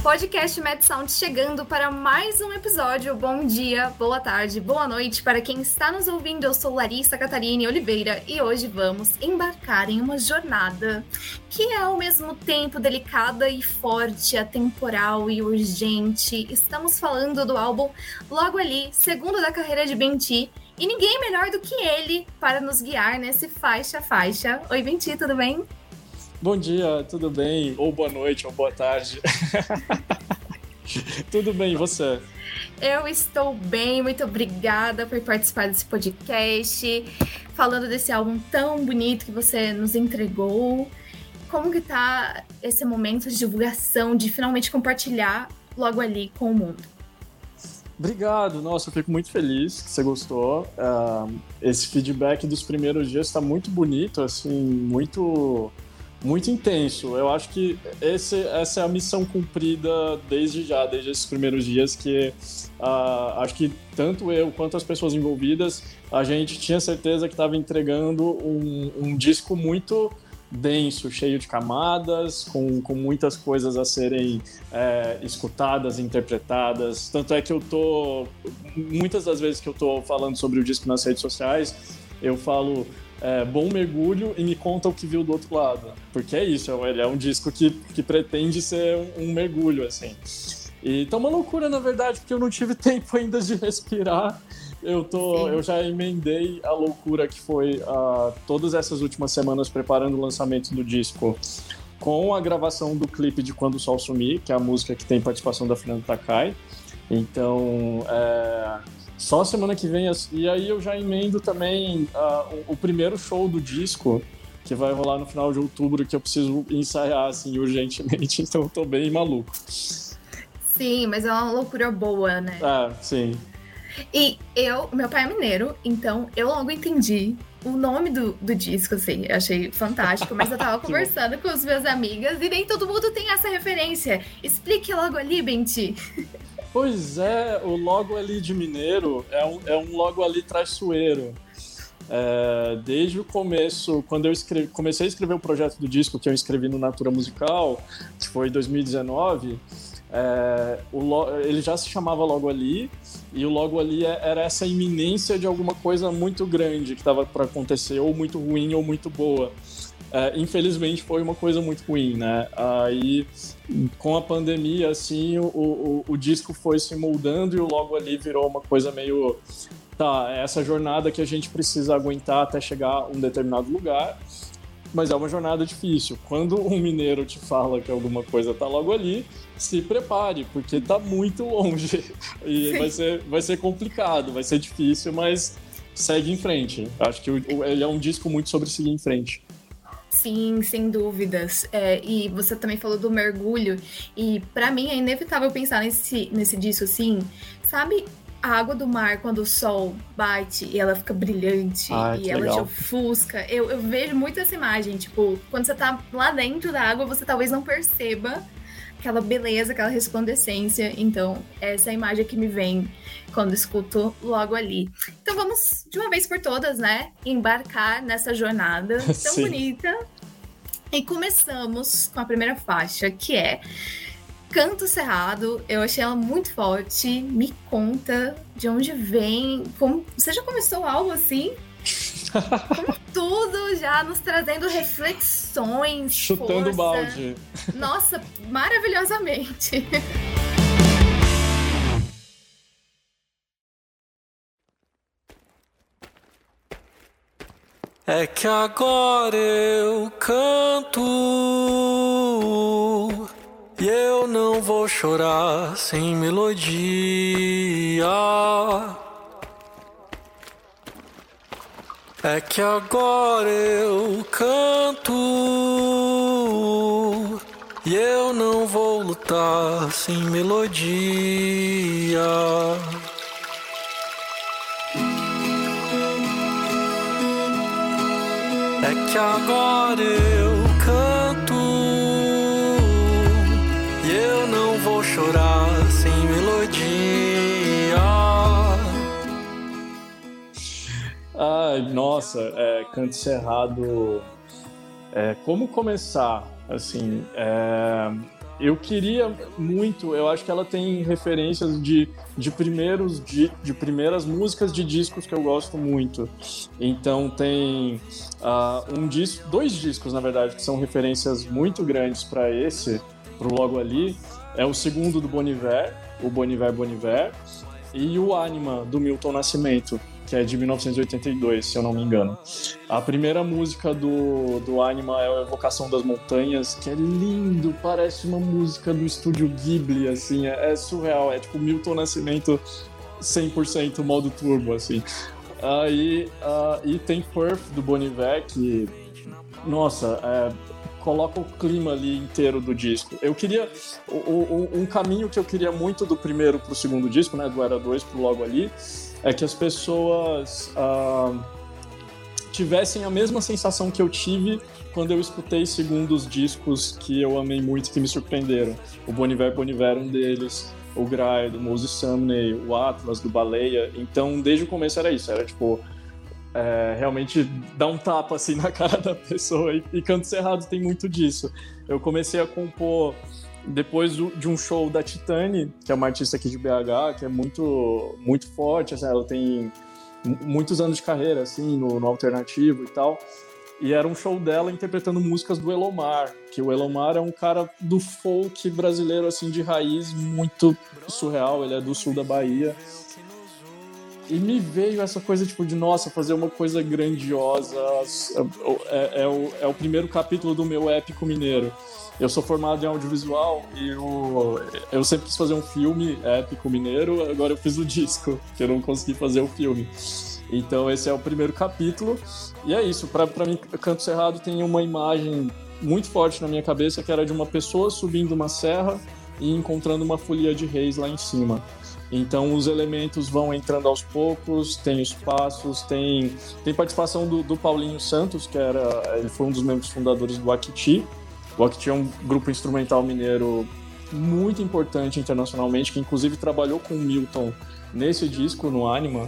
Podcast Mad Sound chegando para mais um episódio. Bom dia, boa tarde, boa noite para quem está nos ouvindo. Eu sou Larissa Catarine Oliveira e hoje vamos embarcar em uma jornada que é ao mesmo tempo delicada e forte, atemporal e urgente. Estamos falando do álbum Logo Ali, segundo da carreira de Ben-T, e ninguém melhor do que ele para nos guiar nesse faixa a faixa. Oi, Ben-T, tudo bem? Bom dia, tudo bem? Ou boa noite, ou boa tarde. Tudo bem, e você? Eu estou bem, muito obrigada por participar desse podcast, falando desse álbum tão bonito que você nos entregou. Como que tá esse momento de divulgação, de finalmente compartilhar Logo Ali com o mundo? Obrigado, nossa, eu fico muito feliz que você gostou. Esse feedback dos primeiros dias está muito bonito, assim, muito intenso. Eu acho que essa é a missão cumprida desde esses primeiros dias, que acho que tanto eu quanto as pessoas envolvidas, a gente tinha certeza que estava entregando um disco muito denso, cheio de camadas, com muitas coisas a serem escutadas, interpretadas. Tanto é que muitas das vezes que eu tô falando sobre o disco nas redes sociais, eu falo bom mergulho e me conta o que viu do outro lado, porque é isso, ele é um disco que pretende ser um mergulho, assim. E tá uma loucura, na verdade, porque eu não tive tempo ainda de respirar. Eu já emendei a loucura que foi todas essas últimas semanas preparando o lançamento do disco, com a gravação do clipe de Quando o Sol Sumir, que é a música que tem participação da Fernanda Takai. Então, só semana que vem, e aí eu já emendo também o primeiro show do disco, que vai rolar no final de outubro, que eu preciso ensaiar, assim, urgentemente, então eu tô bem maluco. Sim, mas é uma loucura boa, né? Sim. E meu pai é mineiro, então eu logo entendi o nome do disco, assim, eu achei fantástico, mas eu tava conversando com os meus amigas e nem todo mundo tem essa referência. Explique Logo Ali, Ben-T. Pois é, o Logo Ali de mineiro é um Logo Ali traiçoeiro. Desde o começo, quando eu comecei a escrever o projeto do disco, que eu escrevi no Natura Musical, que foi em 2019, ele já se chamava Logo Ali, e o Logo Ali era essa iminência de alguma coisa muito grande que estava para acontecer, ou muito ruim ou muito boa. Infelizmente foi uma coisa muito ruim, né? Aí, com a pandemia, assim, o disco foi se moldando e o Logo Ali virou uma coisa meio... essa jornada que a gente precisa aguentar até chegar a um determinado lugar, mas é uma jornada difícil. Quando um mineiro te fala que alguma coisa tá logo ali, se prepare, porque tá muito longe. E vai ser complicado, vai ser difícil, mas segue em frente. Acho que ele é um disco muito sobre seguir em frente. Sim, sem dúvidas. E você também falou do mergulho, e pra mim é inevitável pensar nesse disco, assim, sabe? A água do mar, quando o sol bate e ela fica brilhante e ela te ofusca. Eu vejo muito essa imagem, tipo, quando você tá lá dentro da água, você talvez não perceba aquela beleza, aquela resplandecência. Então, essa é a imagem que me vem quando escuto Logo Ali. Então vamos, de uma vez por todas, né, embarcar nessa jornada tão bonita. E começamos com a primeira faixa, que é Canto Cerrado. Eu achei ela muito forte. Me conta de onde vem. Você já começou algo assim? Com tudo, já nos trazendo reflexões. Chutando balde. Nossa, maravilhosamente. É que agora eu canto e eu não vou chorar sem melodia. É que agora eu canto e eu não vou lutar sem melodia. É que agora eu canto e eu não vou chorar sem melodia. Ai, nossa, Canto Cerrado. Como começar? Assim, eu queria muito, eu acho que ela tem referências de primeiras músicas de discos que eu gosto muito. Então tem dois discos, na verdade, que são referências muito grandes para pro Logo Ali. É o segundo do Bon Iver, o Bon Iver, e o Ânima, do Milton Nascimento, que é de 1982, se eu não me engano. A primeira música do Ânima é a Evocação das Montanhas, que é lindo, parece uma música do estúdio Ghibli, assim, é surreal, é tipo Milton Nascimento 100% modo turbo, assim. E tem Perth, do Bon Iver, que, nossa, coloca o clima ali inteiro do disco. Eu queria... Um caminho que eu queria muito do primeiro pro segundo disco, né, do Era 2 pro Logo Ali, é que as pessoas tivessem a mesma sensação que eu tive quando eu escutei segundos discos que eu amei muito, que me surpreenderam. O Bon Iver é um deles, o Grail, do Moses Sumney, o Atlas, do Baleia. Então, desde o começo era isso, era tipo... realmente dar um tapa assim na cara da pessoa, e Canto Cerrado tem muito disso. Eu comecei a compor depois de um show da Titane, que é uma artista aqui de BH, que é muito, muito forte, assim, ela tem muitos anos de carreira assim, no alternativo e tal, e era um show dela interpretando músicas do Elomar, que o Elomar é um cara do folk brasileiro assim, de raiz muito surreal, ele é do sul da Bahia. E me veio essa coisa, tipo, de, nossa, fazer uma coisa grandiosa. É o primeiro capítulo do meu épico mineiro. Eu sou formado em audiovisual e eu sempre quis fazer um filme épico mineiro, agora eu fiz o disco, que eu não consegui fazer o filme. Então esse é o primeiro capítulo. E é isso, pra mim, Canto Cerrado tem uma imagem muito forte na minha cabeça, que era de uma pessoa subindo uma serra e encontrando uma folia de reis lá em cima. Então os elementos vão entrando aos poucos, tem os passos, tem participação do Paulinho Santos, ele foi um dos membros fundadores do Akiti. O Akiti é um grupo instrumental mineiro muito importante internacionalmente, que inclusive trabalhou com o Milton nesse disco, no Ânima.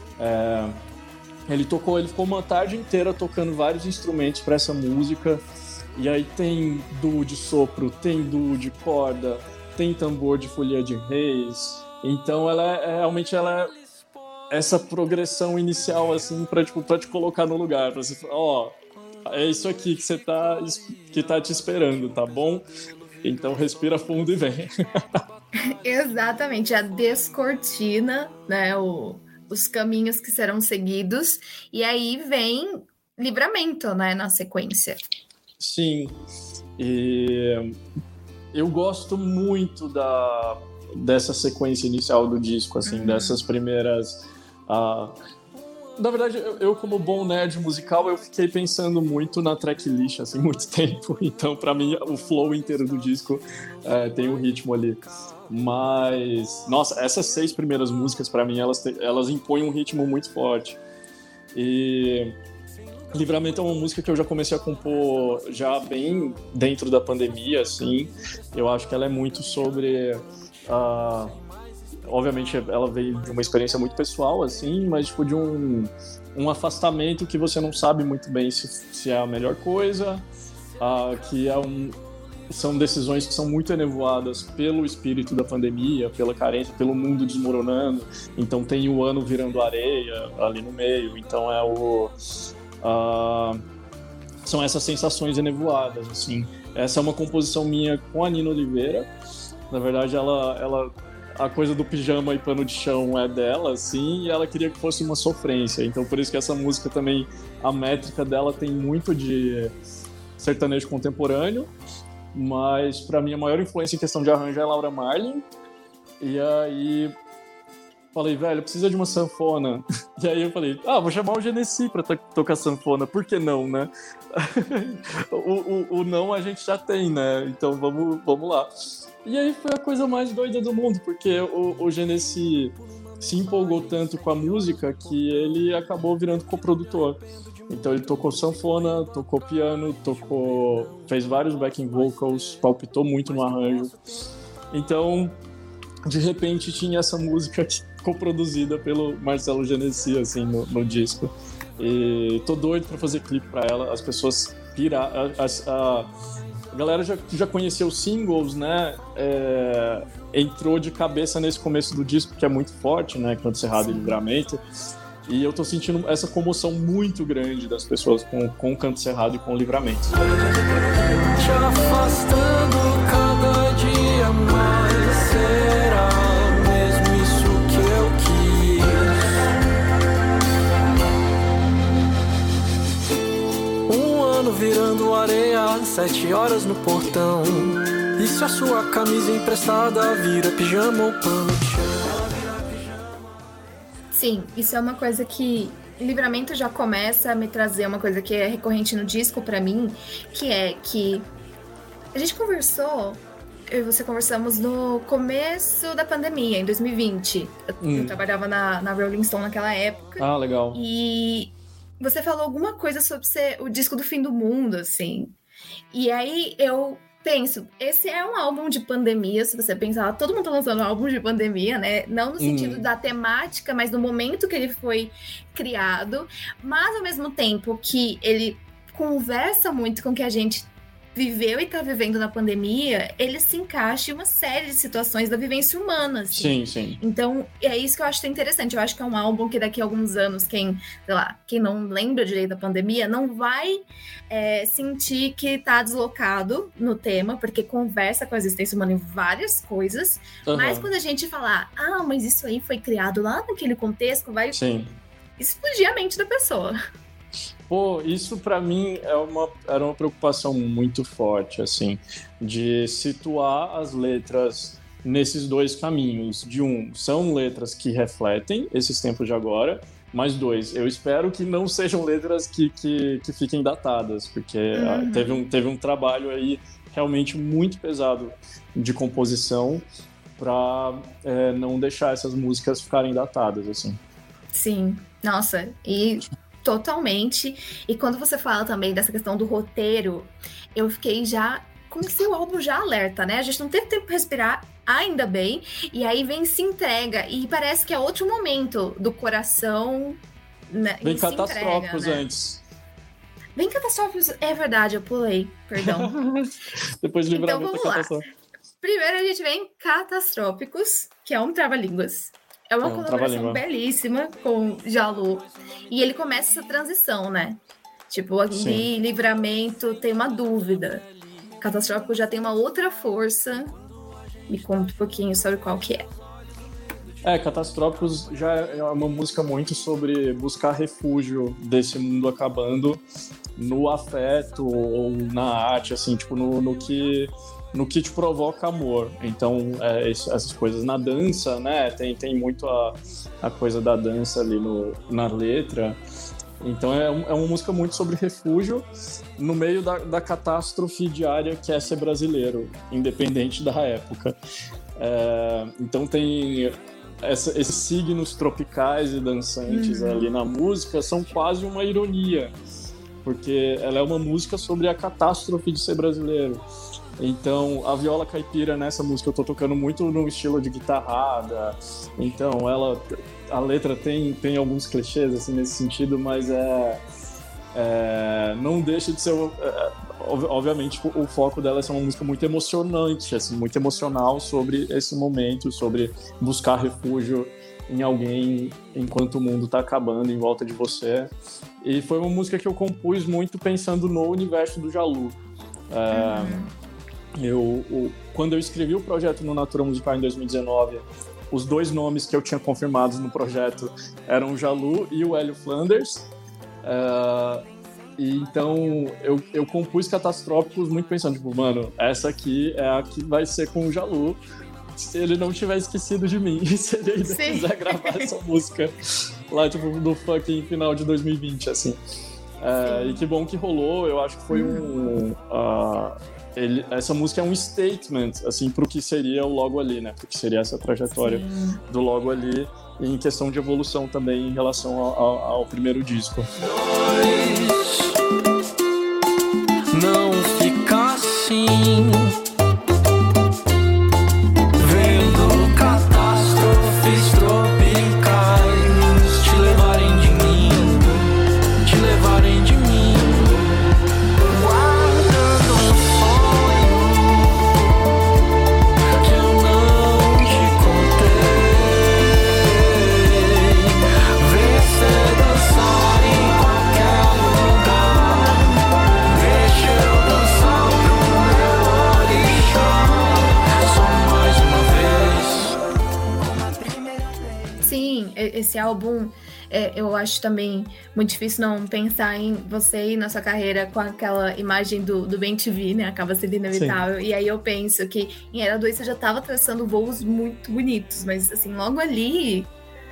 Ele ficou uma tarde inteira tocando vários instrumentos para essa música, e aí tem duo de sopro, tem duo de corda, tem tambor de folia de reis. Então realmente ela é essa progressão inicial assim para te colocar no lugar, para você falar, é isso aqui que tá te esperando, tá bom? Então respira fundo e vem. Exatamente, a descortina, né, os caminhos que serão seguidos, e aí vem Livramento, né, na sequência. Sim, e eu gosto muito dessa sequência inicial do disco, assim, dessas primeiras... Na verdade, eu como bom nerd musical, eu fiquei pensando muito na tracklist, assim, muito tempo. Então, pra mim, o flow inteiro do disco tem um ritmo ali. Mas, nossa, essas 6 primeiras músicas, pra mim, elas impõem um ritmo muito forte. E Livramento é uma música que eu já comecei a compor já bem dentro da pandemia, assim. Eu acho que ela é muito sobre... obviamente ela veio de uma experiência muito pessoal, assim, mas tipo de um afastamento que você não sabe muito bem se é a melhor coisa, que são decisões que são muito enevoadas pelo espírito da pandemia, pela carência, pelo mundo desmoronando. Então tem o ano virando areia ali no meio, então são essas sensações enevoadas, assim. Essa é uma composição minha com a Nina Oliveira. Na verdade, a coisa do pijama e pano de chão é dela, assim, e ela queria que fosse uma sofrência. Então, por isso que essa música também, a métrica dela tem muito de sertanejo contemporâneo, mas, pra mim, a maior influência em questão de arranjo é Laura Marling. E aí, falei, velho, precisa de uma sanfona. E aí eu falei, vou chamar o Genesi pra tocar sanfona, por que não, né? o não a gente já tem, né? Então vamos lá. E aí foi a coisa mais doida do mundo, porque o Genesi se empolgou tanto com a música que ele acabou virando coprodutor. Então ele tocou sanfona, tocou piano, fez vários backing vocals, palpitou muito no arranjo. Então, de repente, tinha essa música coproduzida pelo Marcelo Genesi, assim, no disco. E tô doido pra fazer clipe pra ela. As pessoas a galera já conhecia os singles, né? Entrou de cabeça nesse começo do disco, que é muito forte, né? Canto Cerrado e Livramento. E eu tô sentindo essa comoção muito grande das pessoas com o Canto Cerrado e com o Livramento. Te afastando cada dia mais, será mesmo isso que eu quis? Um ano virando areia, 7 horas no portão. E se a sua camisa emprestada vira pijama ou pano de chão? Sim, isso é uma coisa que Livramento já começa a me trazer uma coisa que é recorrente no disco pra mim, que é que a gente conversou, eu e você conversamos no começo da pandemia, em 2020. Eu trabalhava na Rolling Stone naquela época. Ah, legal. E você falou alguma coisa sobre ser o disco do fim do mundo, assim. E aí eu penso, esse é um álbum de pandemia, se você pensar, todo mundo tá lançando um álbum de pandemia, né? Não no sentido da temática, mas no momento que ele foi criado, mas ao mesmo tempo que ele conversa muito com o que a gente viveu e tá vivendo na pandemia, ele se encaixa em uma série de situações da vivência humana, assim. Sim, sim. Então, é isso que eu acho interessante. Eu acho que é um álbum que daqui a alguns anos, quem não lembra direito da pandemia, não vai sentir que tá deslocado no tema, porque conversa com a existência humana em várias coisas. Mas quando a gente falar, mas isso aí foi criado lá naquele contexto, vai explodir a mente da pessoa. Pô, isso pra mim era uma preocupação muito forte, assim, de situar as letras nesses dois caminhos. São letras que refletem esses tempos de agora, mas eu espero que não sejam letras que fiquem datadas, porque teve um trabalho aí realmente muito pesado de composição pra não deixar essas músicas ficarem datadas, assim. Sim, nossa, e... Totalmente. E quando você fala também dessa questão do roteiro, eu fiquei já... Como se o álbum já alerta, né? A gente não teve tempo pra respirar, ainda bem. E aí vem se entrega. E parece que é outro momento do coração... Né? Bem Catastróficos, né? Antes. Bem Catastróficos, é verdade, eu pulei. Perdão. Depois de Livramento, então, vamos lá. Primeiro a gente vem Catastróficos, que é um trava-línguas. É uma colaboração belíssima com Jalu. E ele começa essa transição, né? Tipo, aqui, Livramento tem uma dúvida. Catastrófico já tem uma outra força. Me conta um pouquinho sobre qual que é. Catastróficos já é uma música muito sobre buscar refúgio desse mundo acabando no afeto ou na arte, assim, tipo, no que te provoca amor. Então, essas coisas na dança, né? Tem muito a coisa da dança ali na letra. Então, é uma música muito sobre refúgio no meio da catástrofe diária que é ser brasileiro, independente da época. Então, tem esses signos tropicais e dançantes ali na música, são quase uma ironia, porque ela é uma música sobre a catástrofe de ser brasileiro. Então, a viola caipira nessa música eu tô tocando muito no estilo de guitarrada. Então, a letra tem alguns clichês assim, nesse sentido, mas não deixa de ser... obviamente, o foco dela é ser uma música muito emocionante, assim, muito emocional sobre esse momento, sobre buscar refúgio em alguém enquanto o mundo tá acabando em volta de você. E foi uma música que eu compus muito pensando no universo do Jalu. Quando eu escrevi o projeto no Natura Musical em 2019, os dois nomes que eu tinha confirmados no projeto eram o Jalu e o Hélio Flanders. E então eu compus Catastróficos muito pensando, tipo, mano, essa aqui é a que vai ser com o Jalu, se ele não tiver esquecido de mim, se ele ainda quiser gravar essa música lá, tipo, no fucking final de 2020, assim. E que bom que rolou, eu acho que foi essa música é um statement, assim, pro que seria o Logo Ali, né? Pro que seria essa trajetória do Logo Ali, e em questão de evolução também em relação ao primeiro disco. Não fica assim, vendo catástrofes tropicais te levarem de mim, guardando um sonho. esse álbum, eu acho também muito difícil não pensar em você e na sua carreira com aquela imagem do BenTV, né? Acaba sendo inevitável. Sim. E aí eu penso que em Era 2 você já estava traçando voos muito bonitos, mas assim, logo ali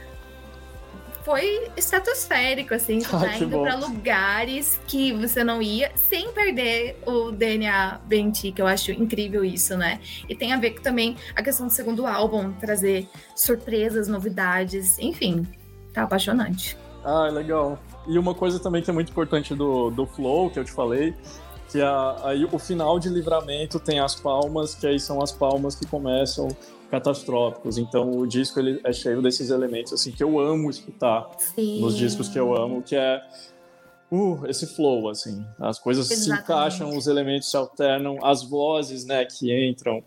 foi estratosférico, assim, você tá indo pra lugares que você não ia, sem perder o DNA BenT, que eu acho incrível isso, né? E tem a ver com também a questão do segundo álbum, trazer surpresas, novidades, enfim, tá apaixonante. Ah, legal. E uma coisa também que é muito importante do Flow, que eu te falei, que aí o final de Livramento tem as palmas, que aí são as palmas que começam catastróficos. Então o disco ele é cheio desses elementos assim que eu amo escutar. Sim. Nos discos que eu amo, que é esse flow, assim. As coisas se encaixam, os elementos se alternam, as vozes, né, que entram.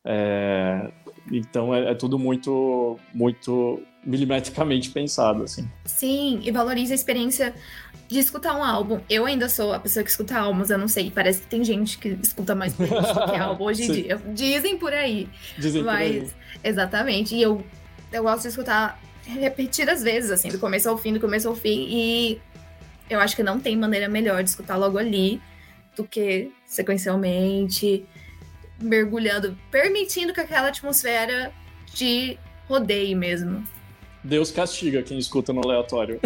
Então é tudo muito, muito milimetricamente pensado, assim. Sim, e valoriza a experiência de escutar um álbum. Eu ainda sou a pessoa que escuta álbuns, eu não sei, parece que tem gente que escuta mais playlist do que álbum hoje em dia. Dizem por aí. Por aí. Exatamente. E eu gosto de escutar repetidas vezes, assim, do começo ao fim, e eu acho que não tem maneira melhor de escutar logo ali do que sequencialmente, mergulhando, permitindo que aquela atmosfera te rodeie mesmo. Deus castiga quem escuta no aleatório.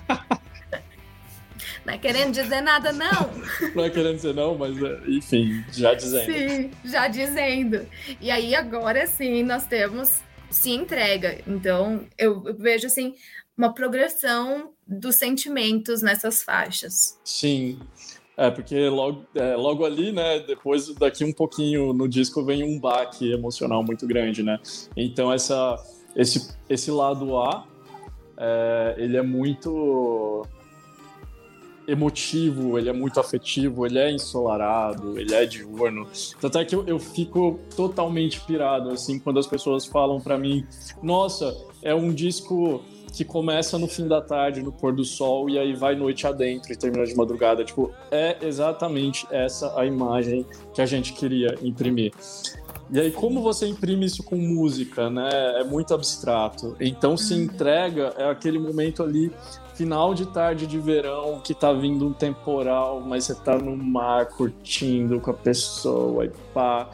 Não é querendo dizer nada, não. Não é querendo dizer não, mas enfim, já dizendo. Sim, já dizendo. E aí agora sim nós temos Se Entrega. Então eu vejo assim uma progressão dos sentimentos nessas faixas. Sim. Porque logo ali, né, depois daqui um pouquinho no disco vem um baque emocional muito grande, né? Então esse lado A, ele é muito emotivo, ele é muito afetivo, ele é ensolarado, ele é diurno. Tanto é que eu fico totalmente pirado, assim, quando as pessoas falam pra mim, nossa, é um disco que começa no fim da tarde, no pôr do sol, e aí vai noite adentro e termina de madrugada. Tipo, é exatamente essa a imagem que a gente queria imprimir. E aí, como você imprime isso com música, né? É muito abstrato. Então, Se Entrega é aquele momento ali, final de tarde de verão, que tá vindo um temporal, mas você tá no mar curtindo com a pessoa e pá.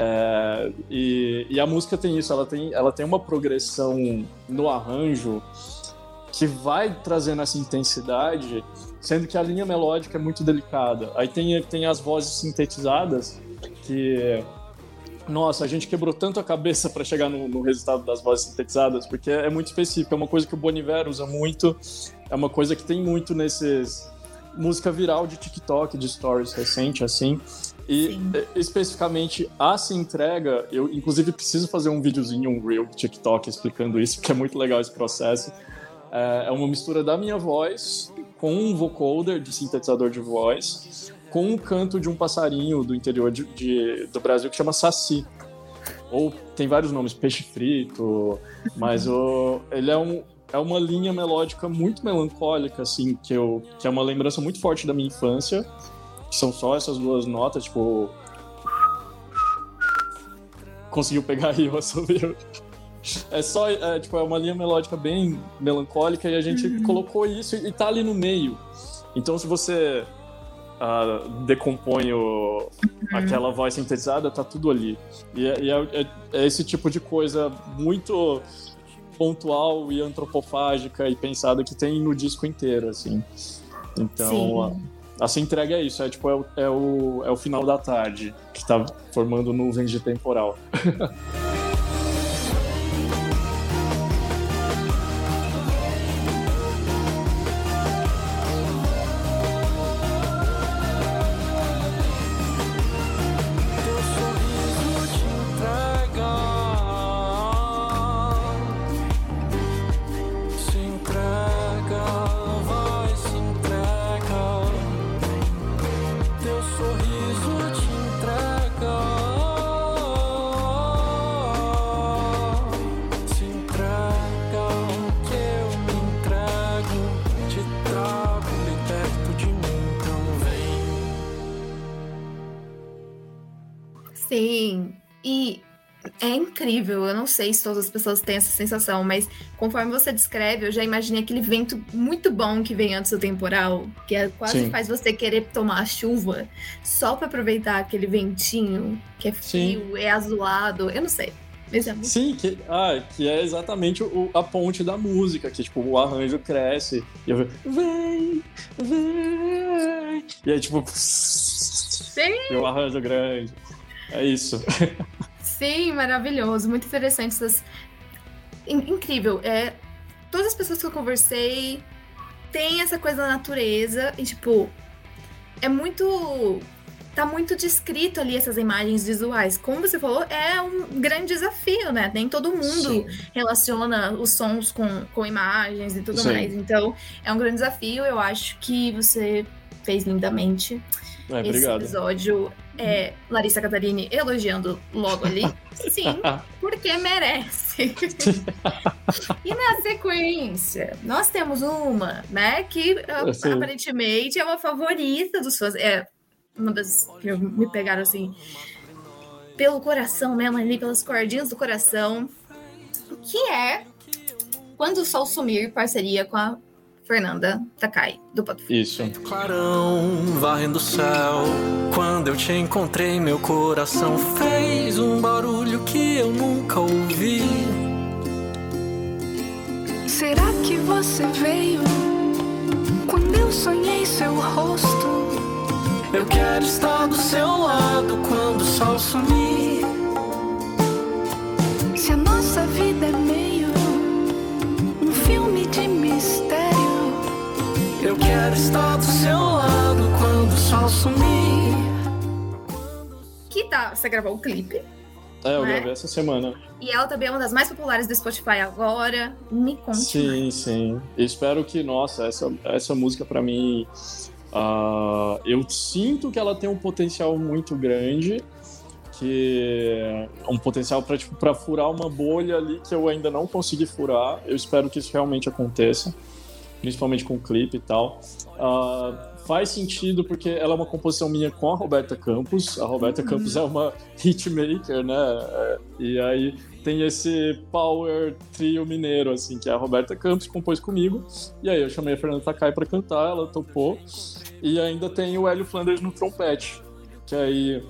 E a música tem isso, ela tem uma progressão no arranjo que vai trazendo essa intensidade, sendo que a linha melódica é muito delicada. Aí tem as vozes sintetizadas que... Nossa, a gente quebrou tanto a cabeça para chegar no resultado das vozes sintetizadas, porque é muito específico, é uma coisa que o Bon Iver usa muito, é uma coisa que tem muito nesses... música viral de TikTok, de stories recente, assim. E sim, especificamente a Se Entrega, eu inclusive preciso fazer um videozinho, um reel TikTok explicando isso, porque é muito legal esse processo. É uma mistura da minha voz com um vocoder de sintetizador de voz, com um canto de um passarinho do interior do Brasil que chama saci. Ou tem vários nomes, peixe frito, mas ele é uma linha melódica muito melancólica, assim, que é uma lembrança muito forte da minha infância, que são só essas duas notas, tipo... Conseguiu pegar aí o assobio? É uma linha melódica bem melancólica e a gente colocou isso e tá ali no meio. Então, se você... decompõe aquela voz sintetizada, tá tudo ali. E é esse tipo de coisa muito pontual e antropofágica e pensada que tem no disco inteiro, assim. Então, essa entrega é isso, é o final da tarde, que tá formando nuvens de temporal. Sim, e É incrível, eu não sei se todas as pessoas têm essa sensação, mas conforme você descreve, eu já imaginei aquele vento muito bom que vem antes do temporal, que quase Sim. faz você querer tomar a chuva só pra aproveitar aquele ventinho que é frio, Sim. é azulado, eu não sei. Mas é muito... Sim, que é exatamente a ponte da música, que tipo, o arranjo cresce, e eu vem, vem, e aí tipo, Sim! e o arranjo grande, é isso. Sim, maravilhoso, muito interessante. Incrível, todas as pessoas que eu conversei têm essa coisa da natureza, e tipo, tá muito descrito ali essas imagens visuais. Como você falou, é um grande desafio, né? Nem todo mundo Sim. relaciona os sons com imagens e tudo Sim. mais. Então, é um grande desafio. Eu acho que você fez lindamente. Esse Obrigado. episódio é Larissa Catarini elogiando logo ali. Sim, porque merece. E na sequência, nós temos uma, né, que aparentemente é uma favorita dos fãs. É uma das que me pegaram assim pelo coração mesmo, ali pelas cordinhas do coração, que é Quando o Sol Sumir, parceria com a Fernanda Takai, do Patufu. Isso. Clarão, varrendo o céu. Quando eu te encontrei, meu coração fez um barulho que eu nunca ouvi. Será que você veio quando eu sonhei seu rosto? Eu quero estar do seu lado quando o sol sumir. Se a nossa vida é meio um filme de mistério, eu quero estar do seu lado quando o sol sumir. Você gravou o clipe. Eu gravei essa semana. E ela também é uma das mais populares do Spotify agora. Me conte. Sim, mais. sim. Espero que, nossa, essa música pra mim... eu sinto que ela tem um potencial muito grande, que é um potencial para furar uma bolha ali que eu ainda não consegui furar. Eu espero que isso realmente aconteça, principalmente com o clipe e tal. Faz sentido porque ela é uma composição minha com a Roberta Campos. A Roberta Campos é uma hitmaker, né? E aí tem esse power trio mineiro, assim, que é a Roberta Campos compôs comigo. E aí eu chamei a Fernanda Takai para cantar, ela topou. E ainda tem o Hélio Flanders no trompete, que aí...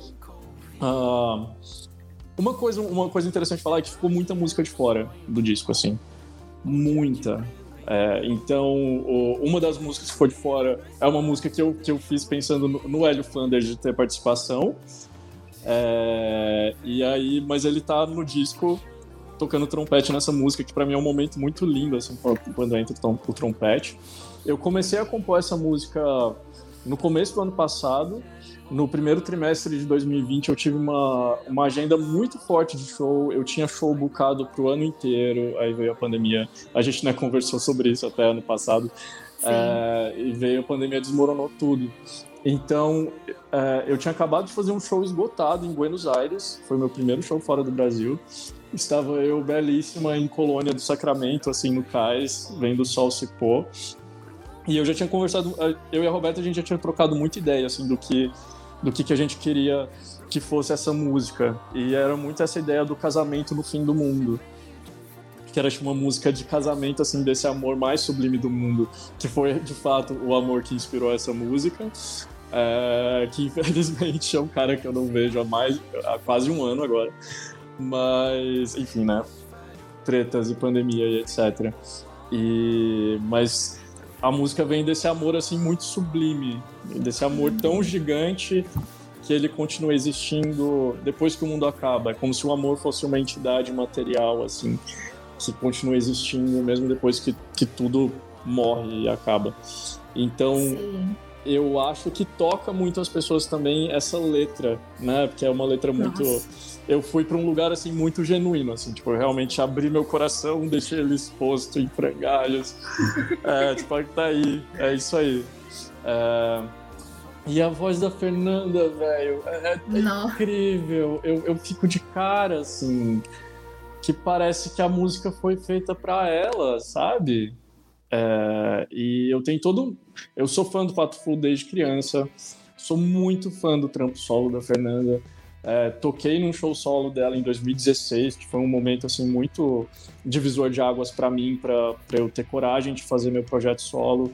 uma coisa interessante de falar é que ficou muita música de fora do disco, assim. Muita. Então, uma das músicas que ficou de fora é uma música que eu fiz pensando no Hélio Flanders de ter participação. E aí, mas ele tá no disco tocando trompete nessa música, que pra mim é um momento muito lindo, assim, quando entra o trompete. Eu comecei a compor essa música no começo do ano passado. No primeiro trimestre de 2020 eu tive uma agenda muito forte de show. Eu tinha show bookado pro ano inteiro, aí veio a pandemia. A gente, né, conversou sobre isso até ano passado. E veio a pandemia, desmoronou tudo. Então, eu tinha acabado de fazer um show esgotado em Buenos Aires. Foi meu primeiro show fora do Brasil. Estava eu belíssima em Colônia do Sacramento, assim, no cais, vendo o sol se pôr. E eu já tinha conversado, eu e a Roberta, a gente já tinha trocado muita ideia, assim, do que a gente queria que fosse essa música. E era muito essa ideia do casamento no fim do mundo. Que era uma música de casamento, assim, desse amor mais sublime do mundo, que foi, de fato, o amor que inspirou essa música. Que, infelizmente, é um cara que eu não vejo há quase um ano agora. Mas, enfim, né? Tretas e pandemia e etc. Mas a música vem desse amor, assim, muito sublime. Desse amor tão gigante que ele continua existindo depois que o mundo acaba. É como se o amor fosse uma entidade material, assim, que continua existindo mesmo depois que tudo morre e acaba. Então, sim, eu acho que toca muito as pessoas também essa letra, né? Porque é uma letra muito... Nossa. Eu fui para um lugar, assim, muito genuíno, assim, tipo, eu realmente abri meu coração, deixei ele exposto em frangalhos. Tipo, tá aí, é isso aí. E a voz da Fernanda, velho, é incrível. Eu fico de cara, assim, que parece que a música foi feita para ela, sabe? E eu tenho eu sou fã do Patufu desde criança, sou muito fã do trampo solo da Fernanda. Toquei num show solo dela em 2016, que foi um momento assim muito divisor de águas para mim, para eu ter coragem de fazer meu projeto solo.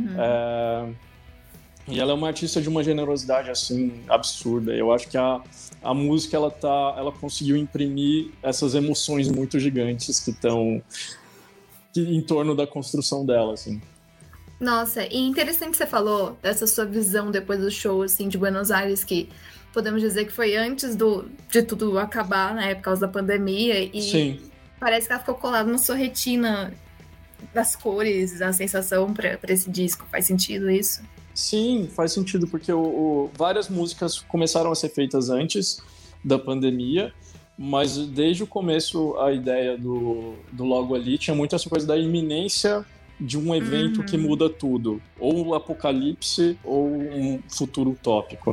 E ela é uma artista de uma generosidade assim absurda. Eu acho que a música ela conseguiu imprimir essas emoções muito gigantes que estão em torno da construção dela, assim. Nossa, e interessante que você falou dessa sua visão depois do show, assim, de Buenos Aires, que podemos dizer que foi antes de tudo acabar, né, por causa da pandemia, e Sim. Parece que ela ficou colada na sua retina das cores, a sensação pra esse disco. Faz sentido isso? Sim, faz sentido, porque várias músicas começaram a ser feitas antes da pandemia, mas desde o começo a ideia do Logo Ali tinha muito essa coisa da iminência de um evento que muda tudo, ou o apocalipse ou um futuro utópico.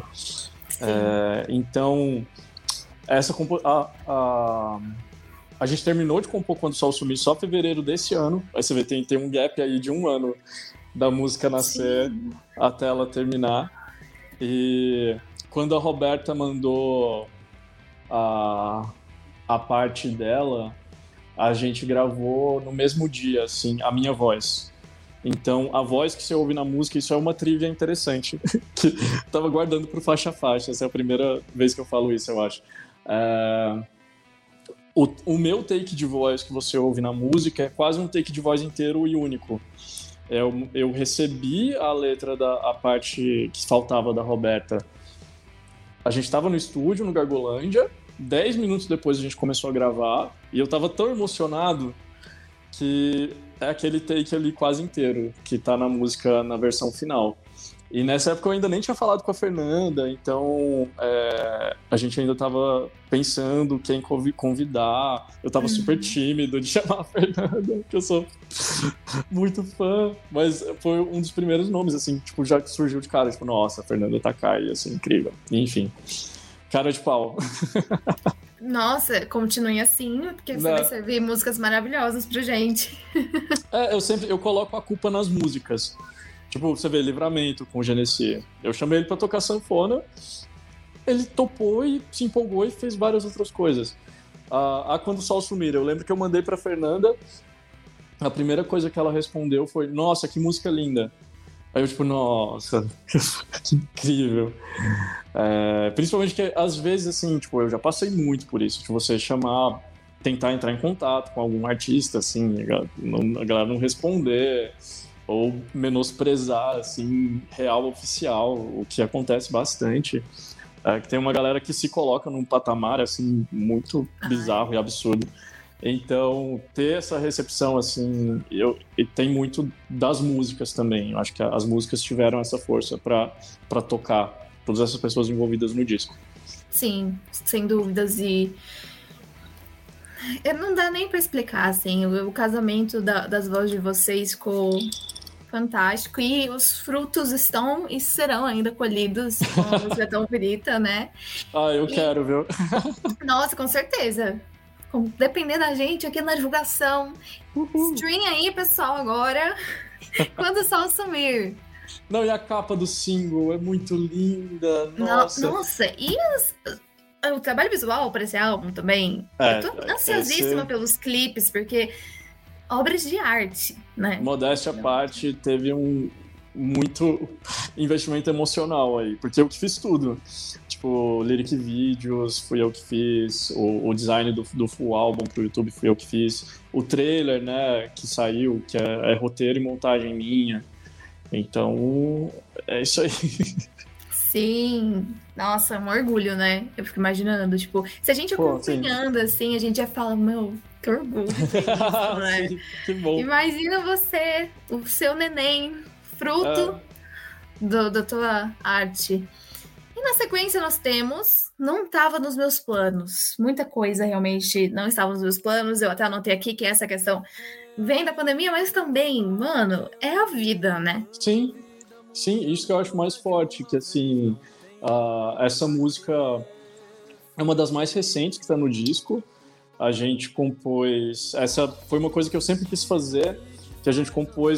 Então, a gente terminou de compor Quando o Sol Sumir só em fevereiro desse ano. Aí você vê, tem um gap aí de 1 ano da música nascer até ela terminar. E quando a Roberta mandou a parte dela, a gente gravou no mesmo dia, assim, a minha voz. Então, a voz que você ouve na música, isso é uma trivia interessante, que tava guardando pro faixa a faixa. Essa é a primeira vez que eu falo isso, eu acho. O meu take de voz que você ouve na música é quase um take de voz inteiro e único. Eu recebi a letra a parte que faltava da Roberta. A gente estava no estúdio, no Gargolândia. 10 minutos depois a gente começou a gravar. E eu tava tão emocionado que é aquele take ali quase inteiro, que tá na música na versão final. E nessa época eu ainda nem tinha falado com a Fernanda, então a gente ainda tava pensando quem convidar. Eu tava super tímido de chamar a Fernanda, que eu sou muito fã, mas foi um dos primeiros nomes, assim, tipo, já que surgiu de cara, tipo, nossa, a Fernanda Takai, assim, incrível. Enfim, cara de pau. Nossa, continue assim, porque você vai servir músicas maravilhosas pra gente. Eu coloco a culpa nas músicas. Tipo, você vê Livramento com o Genesi. Eu chamei ele pra tocar sanfona, ele topou e se empolgou e fez várias outras coisas. Quando o Sol Sumir, eu lembro que eu mandei pra Fernanda, a primeira coisa que ela respondeu foi: nossa, que música linda. Aí eu, tipo, nossa, que incrível. Principalmente que, às vezes, assim, tipo, eu já passei muito por isso, de você tentar entrar em contato com algum artista, assim, a galera não responder, ou menosprezar, assim, real oficial, o que acontece bastante. Que tem uma galera que se coloca num patamar, assim, muito bizarro e absurdo. Então, ter essa recepção, assim, e tem muito das músicas também. Eu acho que as músicas tiveram essa força para tocar todas essas pessoas envolvidas no disco. Sim, sem dúvidas. E não dá nem para explicar, assim, o casamento das vozes de vocês ficou fantástico, e os frutos estão e serão ainda colhidos com a música tão bonita, né? Eu quero, viu? Nossa, com certeza. Depender da gente aqui na divulgação. Stream aí, pessoal, agora. Quando o Sol Sumir. Não, e a capa do single é muito linda. Nossa, e o trabalho visual para esse álbum também. Eu tô ansiosíssima pelos clipes, porque obras de arte, né? Modéstia à parte, teve muito investimento emocional aí, porque eu que fiz tudo. Tipo, lyric videos, fui eu que fiz, o design do full álbum pro YouTube fui eu que fiz, o trailer, né, que saiu, que é roteiro e montagem minha. Então, é isso aí. Sim, nossa, é um orgulho, né? Eu fico imaginando, tipo, se a gente acompanhando assim, a gente já fala, meu, que orgulho isso, né? Sim, que bom. Imagina você, o seu neném, fruto da tua arte. E na sequência nós temos Não Tava Nos Meus Planos. Muita coisa realmente não estava nos meus planos. Eu até anotei aqui que essa questão vem da pandemia, mas também, mano, é a vida, né? Sim, isso que eu acho mais forte, que assim, essa música é uma das mais recentes que tá no disco. A gente compôs... Essa foi uma coisa que eu sempre quis fazer, que a gente compôs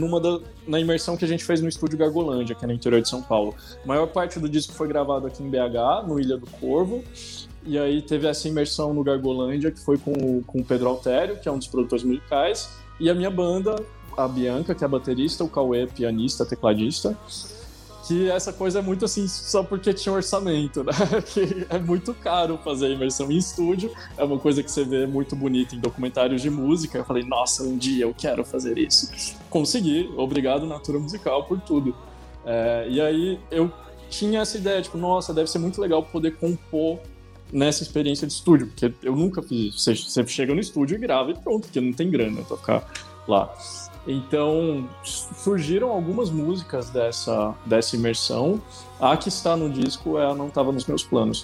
na imersão que a gente fez no estúdio Gargolândia, que é no interior de São Paulo. A maior parte do disco foi gravado aqui em BH, no Ilha do Corvo, e aí teve essa imersão no Gargolândia, que foi com o Pedro Altério, que é um dos produtores musicais, e a minha banda, a Bianca, que é a baterista, o Cauê, pianista, tecladista, que essa coisa é muito assim, só porque tinha orçamento, né? Que é muito caro fazer a imersão em estúdio, é uma coisa que você vê muito bonita em documentários de música. Eu falei, nossa, um dia eu quero fazer isso. Consegui, obrigado Natura Musical por tudo. E aí eu tinha essa ideia, tipo, nossa, deve ser muito legal poder compor nessa experiência de estúdio, porque eu nunca fiz isso. Você chega no estúdio e grava e pronto, porque não tem grana pra ficar lá. Então, surgiram algumas músicas dessa imersão. A que está no disco, ela não estava nos meus planos.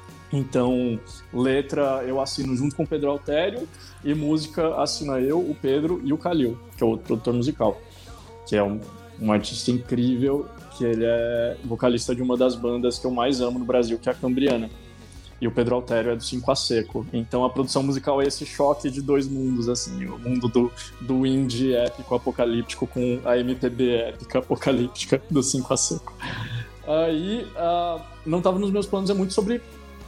Então, letra eu assino junto com o Pedro Altério, e música assina eu, o Pedro e o Calil, que é o outro produtor musical, que é um artista incrível, que ele é vocalista de uma das bandas que eu mais amo no Brasil, que é a Cambriana. E o Pedro Altério é do 5 a Seco. Então a produção musical é esse choque de dois mundos, assim, o mundo do indie épico apocalíptico com a MPB épica apocalíptica do 5 a Seco. Aí não estava nos meus planos, é muito sobre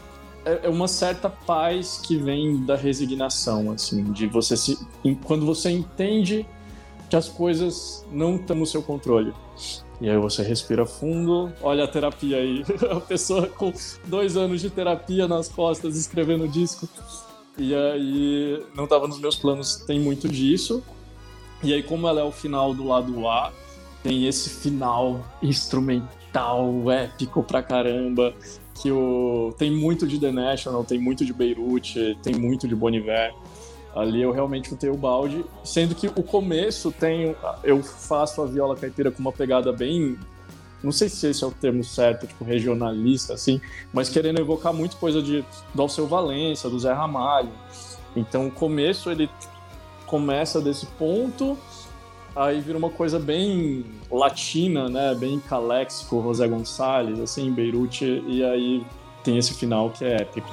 uma certa paz que vem da resignação, assim, de você quando você entende que as coisas não estão no seu controle. E aí você respira fundo, olha a terapia aí, a pessoa com 2 anos de terapia nas costas escrevendo disco. E aí não estava nos meus planos, tem muito disso. E aí, como ela é o final do lado A, tem esse final instrumental, épico pra caramba, que tem muito de The National, tem muito de Beirute, tem muito de Bon Iver. Ali eu realmente chutei o balde, sendo que o começo eu faço a viola caipira com uma pegada bem, não sei se esse é o termo certo, tipo regionalista, assim, mas querendo evocar muito coisa do Alceu Valença, do Zé Ramalho. Então o começo ele começa desse ponto, aí vira uma coisa bem latina, né, bem caléxico, José Gonçalves, assim, Beirute, e aí tem esse final que é épico.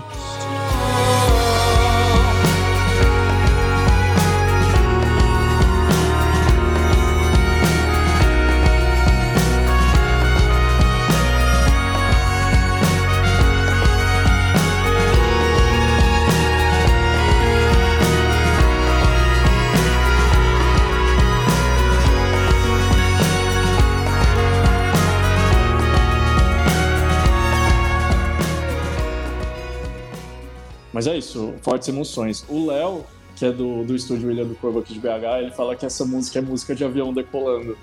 Mas é isso, fortes emoções. O Léo, que é do estúdio Ilha do Corvo aqui de BH, ele fala que essa música é música de avião decolando.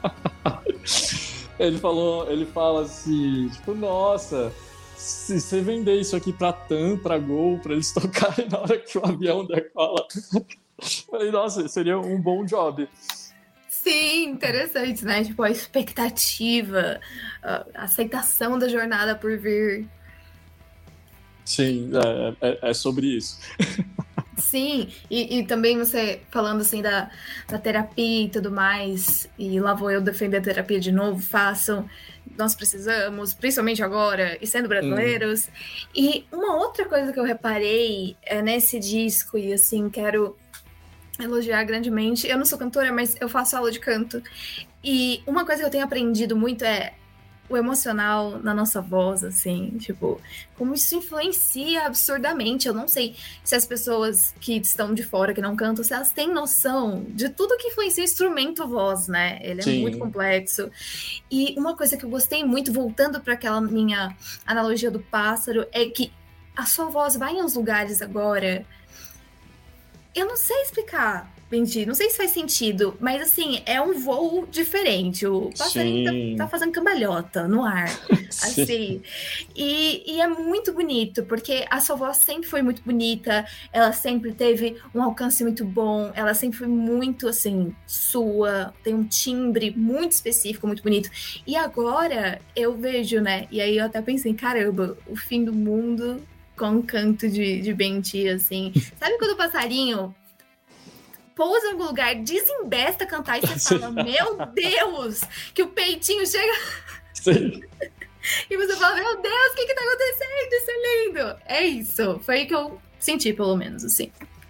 Ele fala assim, tipo, nossa, se você vender isso aqui pra TAM, pra Gol, pra eles tocarem na hora que o avião decola. Falei, nossa, seria um bom job. Sim, interessante, né? Tipo, a expectativa, a aceitação da jornada por vir. Sim, é sobre isso. Sim, e também você falando assim da terapia e tudo mais, e lá vou eu defender a terapia de novo, façam, nós precisamos, principalmente agora, e sendo brasileiros. E uma outra coisa que eu reparei nesse disco, e assim, quero elogiar grandemente, eu não sou cantora, mas eu faço aula de canto, e uma coisa que eu tenho aprendido muito é o emocional na nossa voz, assim, tipo, como isso influencia absurdamente. Eu não sei se as pessoas que estão de fora, que não cantam, se elas têm noção de tudo que influencia o instrumento voz, né? Ele é muito complexo. E uma coisa que eu gostei muito, voltando para aquela minha analogia do pássaro, é que a sua voz vai em uns lugares agora. Eu não sei explicar, Benji, não sei se faz sentido, mas assim, é um voo diferente. O passarinho tá fazendo cambalhota no ar, assim. E é muito bonito, porque a sua voz sempre foi muito bonita, ela sempre teve um alcance muito bom, ela sempre foi muito, assim, sua, tem um timbre muito específico, muito bonito. E agora eu vejo, né, e aí eu até pensei, caramba, o fim do mundo com um canto de Benji, assim. Sabe quando o passarinho pousa em algum lugar, desembesta cantar e você fala, meu Deus, que o peitinho chega... Sim. E você fala, meu Deus, o que tá acontecendo? Isso é lindo. É isso. Foi aí que eu senti, pelo menos, assim.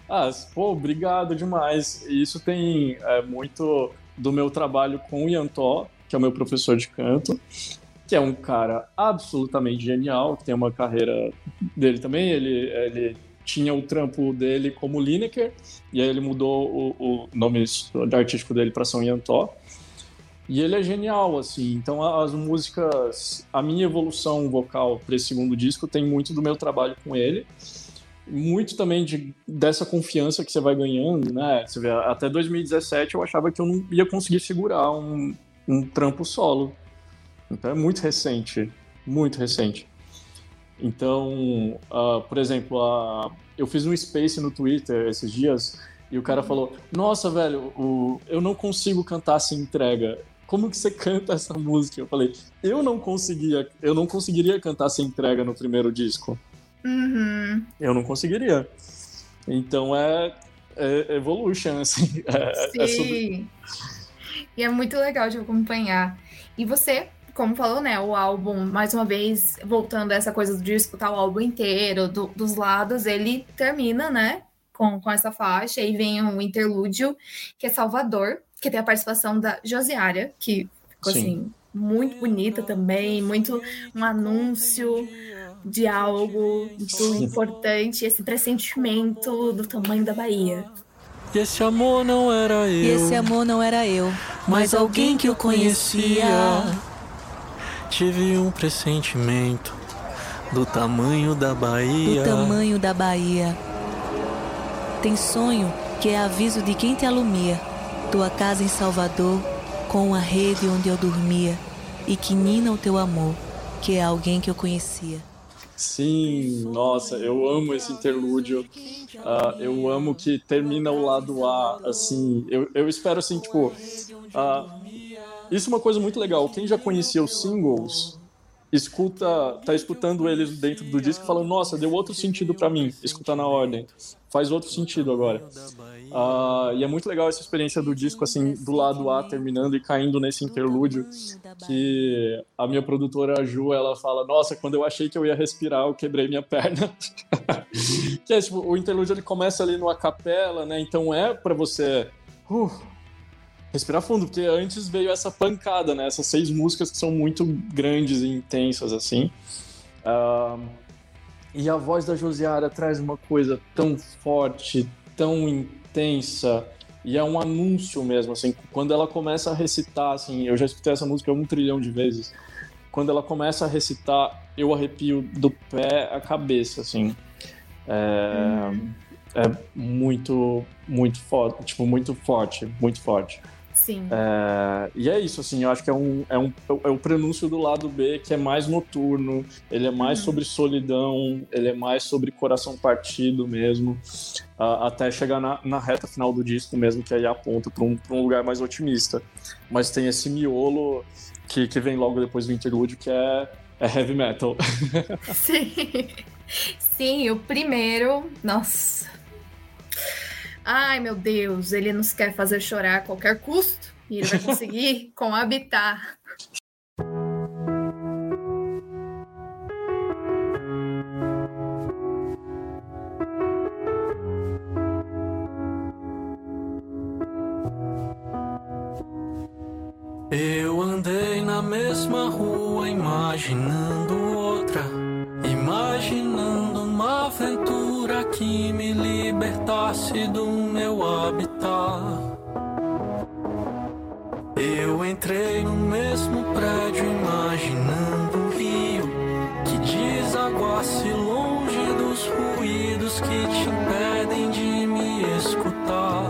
Pô, obrigado demais. E isso tem muito do meu trabalho com o Yantó, que é o meu professor de canto, que é um cara absolutamente genial, que tem uma carreira dele também. Ele tinha o trampo dele como Lineker, e aí ele mudou o nome artístico dele para São Yantó. E ele é genial, assim. Então as músicas, a minha evolução vocal para esse segundo disco tem muito do meu trabalho com ele. Muito também dessa confiança que você vai ganhando, né? Você vê, até 2017 eu achava que eu não ia conseguir segurar um trampo solo. Então é muito recente, muito recente. Então, por exemplo, eu fiz um space no Twitter esses dias e o cara falou: nossa, velho, eu não consigo cantar sem entrega. Como que você canta essa música? Eu falei: eu não conseguiria cantar sem entrega no primeiro disco. Uhum. Eu não conseguiria. Então é Evolution, assim. Sim. E é muito legal de acompanhar. E você, como falou, né, o álbum, mais uma vez, voltando a essa coisa de escutar o álbum inteiro, dos lados, ele termina, né, com essa faixa, e vem um interlúdio, que é Salvador, que tem a participação da Josiária, que ficou, assim, muito bonita também, muito um anúncio de algo muito importante, esse pressentimento do tamanho da Bahia. E esse amor não era eu, mas alguém que eu conhecia. Tive um pressentimento do tamanho da Bahia. Tem sonho que é aviso de quem te alumia. Tua casa em Salvador, com a rede onde eu dormia. E que nina o teu amor, que é alguém que eu conhecia. Sim, nossa, eu amo esse interlúdio. Eu amo que termina o lado A, assim. Eu espero, assim, tipo... isso é uma coisa muito legal. Quem já conhecia os singles, tá escutando eles dentro do disco e falando: nossa, deu outro sentido pra mim, escutar na ordem. Faz outro sentido agora. E é muito legal essa experiência do disco, assim, do lado A terminando e caindo nesse interlúdio, que a minha produtora, a Ju, ela fala: nossa, quando eu achei que eu ia respirar, eu quebrei minha perna. Que é, tipo, o interlúdio, ele começa ali numa capela, né, então é pra você respirar fundo, porque antes veio essa pancada, né, essas 6 músicas que são muito grandes e intensas, assim. E a voz da Josiária traz uma coisa tão forte, tão intensa, e é um anúncio mesmo, assim, quando ela começa a recitar, assim, eu já escutei essa música 1 trilhão de vezes, quando ela começa a recitar, eu arrepio do pé à cabeça, assim, é muito, muito forte, tipo, muito forte. Sim. E é isso, assim, eu acho que é o prenúncio do lado B, que é mais noturno, ele é mais sobre solidão, ele é mais sobre coração partido mesmo, até chegar na reta final do disco mesmo, que aí aponta para um lugar mais otimista. Mas tem esse miolo que vem logo depois do interlúdio, que é heavy metal. Sim, o primeiro, nossa... Ai, meu Deus, ele nos quer fazer chorar a qualquer custo e ele vai conseguir com Habitar. Eu andei na mesma rua imaginando outra, imaginando uma aventura que me libertasse do meu habitat. Eu entrei no mesmo prédio imaginando um rio que desaguasse longe dos ruídos que te impedem de me escutar.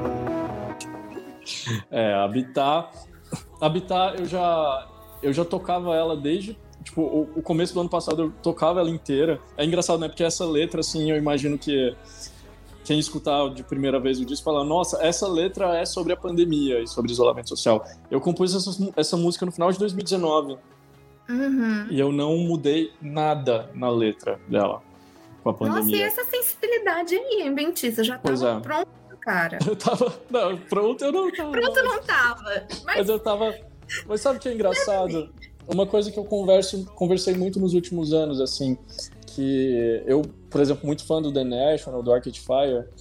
Habitar, eu já tocava ela desde... Tipo, o começo do ano passado eu tocava ela inteira. É engraçado, né? Porque essa letra, assim, eu imagino que quem escutar de primeira vez o disco fala: nossa, essa letra é sobre a pandemia e sobre isolamento social. Eu compus essa música no final de 2019. E eu não mudei nada na letra dela com a pandemia. Nossa, e essa sensibilidade aí, hein, Benti? Você já tava pronto, cara. Eu tava... Não, pronto eu não tava. Pronto eu não tava. Mas eu tava... Mas sabe o que é engraçado? Uma coisa que eu conversei muito nos últimos anos, assim, que eu, por exemplo, muito fã do The National, do Arcade Fire,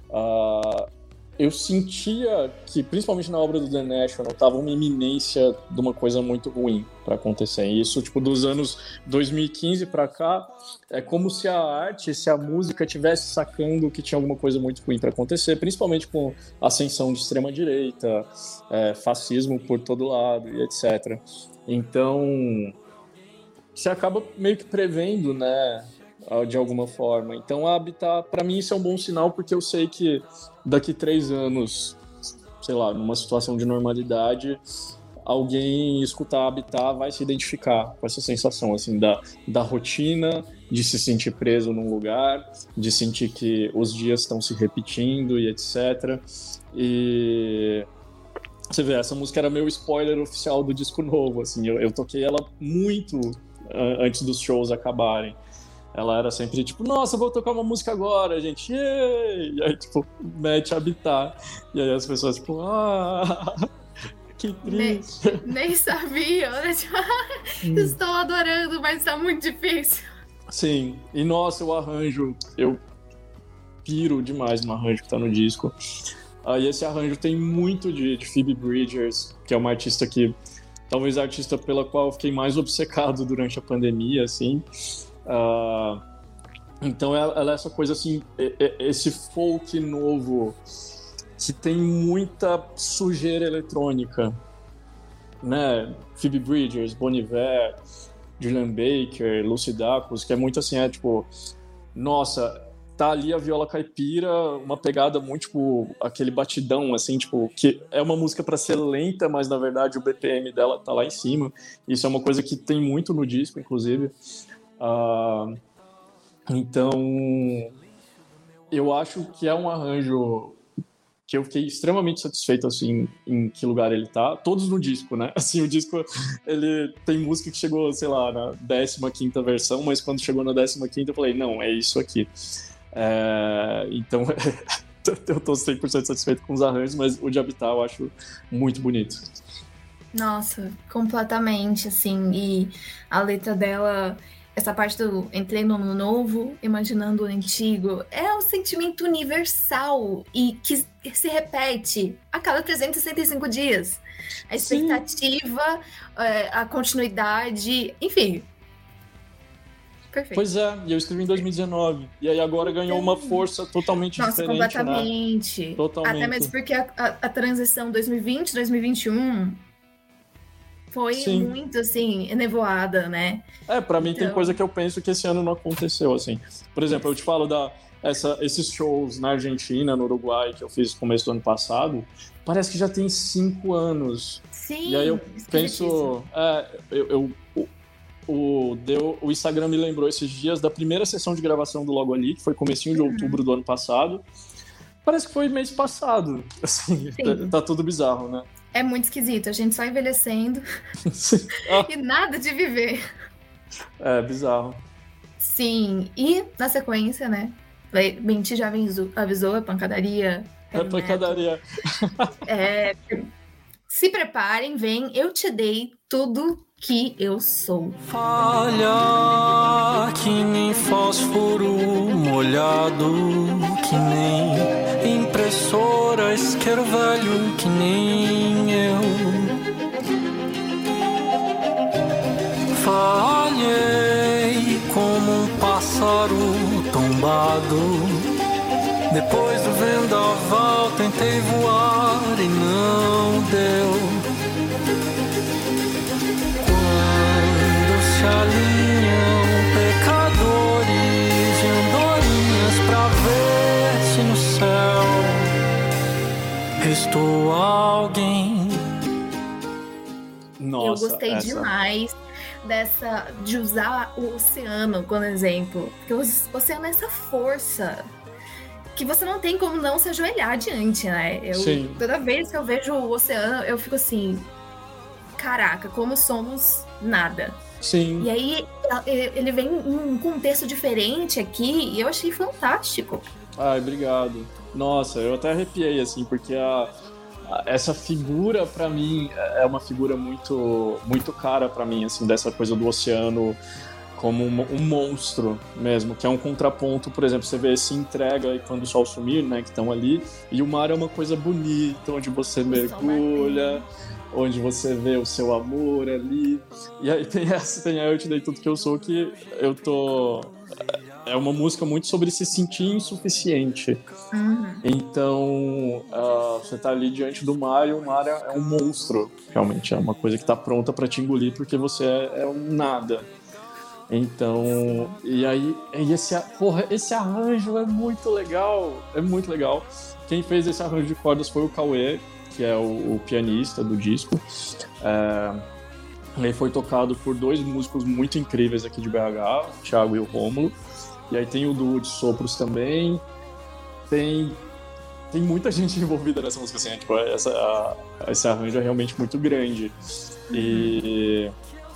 eu sentia que, principalmente na obra do The National, tava uma iminência de uma coisa muito ruim para acontecer. E isso, tipo, dos anos 2015 para cá, é como se a arte, se a música tivesse sacando que tinha alguma coisa muito ruim para acontecer, principalmente com a ascensão de extrema-direita, fascismo por todo lado e etc. Então, você acaba meio que prevendo, né, de alguma forma. Então, a Habitat, para mim, isso é um bom sinal, porque eu sei que daqui 3 anos, sei lá, numa situação de normalidade, alguém escutar Habitat vai se identificar com essa sensação, assim, da rotina, de se sentir preso num lugar, de sentir que os dias estão se repetindo e etc. E você vê, essa música era meu spoiler oficial do disco novo, assim, eu toquei ela muito antes dos shows acabarem. Ela era sempre tipo, nossa, vou tocar uma música agora, gente, yay! E aí, tipo, mete Habitat. E aí as pessoas, tipo, que triste. Nem sabia, né? Tipo, estou adorando, mas tá muito difícil. Sim, e nossa, o arranjo, eu piro demais no arranjo que tá no disco. E esse arranjo tem muito de Phoebe Bridgers, que é uma artista que, talvez a artista pela qual eu fiquei mais obcecado durante a pandemia, assim. Então ela é essa coisa assim, esse folk novo que tem muita sujeira eletrônica, né? Phoebe Bridgers, Bon Iver, Julian Baker, Lucy Dacus, que é muito assim, tipo, nossa, tá ali a viola caipira, uma pegada muito, tipo, aquele batidão, assim, tipo, que é uma música pra ser lenta, mas na verdade o BPM dela tá lá em cima. Isso é uma coisa que tem muito no disco, inclusive. Então, eu acho que é um arranjo que eu fiquei extremamente satisfeito, assim, em que lugar ele tá. Todos no disco, né? Assim, o disco, ele tem música que chegou, sei lá, na 15ª versão, mas quando chegou na 15ª eu falei, não, é isso aqui. Então, eu tô 100% satisfeito com os arranjos, mas o de Habitat eu acho muito bonito. Nossa, completamente, assim, e a letra dela... Essa parte do entrei no ano novo, imaginando o antigo, é um sentimento universal e que se repete a cada 365 dias. A expectativa, a continuidade, enfim. Perfeito. Pois é, e eu escrevi em 2019. E aí agora ganhou uma força totalmente diferente. Nossa, completamente. Né? Totalmente. Até mesmo porque a transição 2020, 2021... foi muito, assim, nevoada, né? Pra mim tem coisa que eu penso que esse ano não aconteceu, assim. Por exemplo, eu te falo esses shows na Argentina, no Uruguai, que eu fiz no começo do ano passado, parece que já tem 5 anos. Sim. E aí eu penso... O Instagram me lembrou esses dias da primeira sessão de gravação do Logo Ali, que foi comecinho de outubro do ano passado. Parece que foi mês passado. Assim, tá tudo bizarro, né? É muito esquisito, a gente só envelhecendo e nada de viver. É bizarro. Sim, e na sequência, né? Benti já avisou, a pancadaria. Pancadaria. Se preparem, vem, eu te dei tudo que eu sou. Falha que nem fósforo molhado, que nem impressora, isqueiro velho, que nem eu. Falhei como um pássaro tombado. Depois do vendaval tentei voar e não deu. Se alinham pecadores e andorinhas pra ver se no céu restou alguém. Nossa, eu gostei demais de usar o oceano como exemplo, porque o oceano é essa força que você não tem como não se ajoelhar diante, né? Toda vez que eu vejo o oceano, eu fico assim, caraca, como somos nada. Sim. E aí ele vem em um contexto diferente aqui e eu achei fantástico. Ai, obrigado. Nossa, eu até arrepiei, assim, porque essa figura, pra mim, é uma figura muito, muito cara pra mim, assim, dessa coisa do oceano como um monstro mesmo, que é um contraponto, por exemplo, você vê esse Entrega e Quando o Sol Sumir, né, que estão ali, e o mar é uma coisa bonita, onde você mergulha, onde você vê o seu amor ali, e aí tem a Eu Te Dei Tudo Que Eu Sou, que eu tô... É uma música muito sobre se sentir insuficiente. Então, você tá ali diante do mar e o mar é um monstro, realmente. É uma coisa que tá pronta pra te engolir porque você é um nada. Então, e aí, esse arranjo é muito legal. É muito legal. Quem fez esse arranjo de cordas foi o Cauê, que é o pianista do disco. Ele foi tocado por 2 músicos muito incríveis aqui de BH, o Thiago e o Rômulo. E aí tem o duo de sopros também. Tem muita gente envolvida nessa música, assim, tipo, esse arranjo é realmente muito grande. E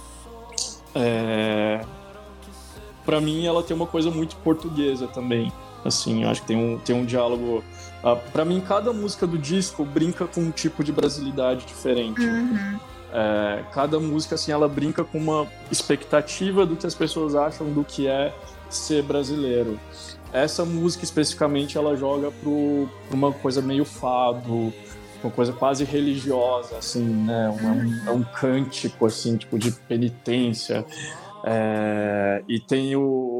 pra mim ela tem uma coisa muito portuguesa também. Assim, eu acho que tem um diálogo. Pra mim, cada música do disco brinca com um tipo de brasilidade diferente. Cada música, assim, ela brinca com uma expectativa do que as pessoas acham do que é ser brasileiro. Essa música, especificamente, ela joga pra uma coisa meio fado, uma coisa quase religiosa, assim, né? É um cântico, assim, tipo, de penitência. E tem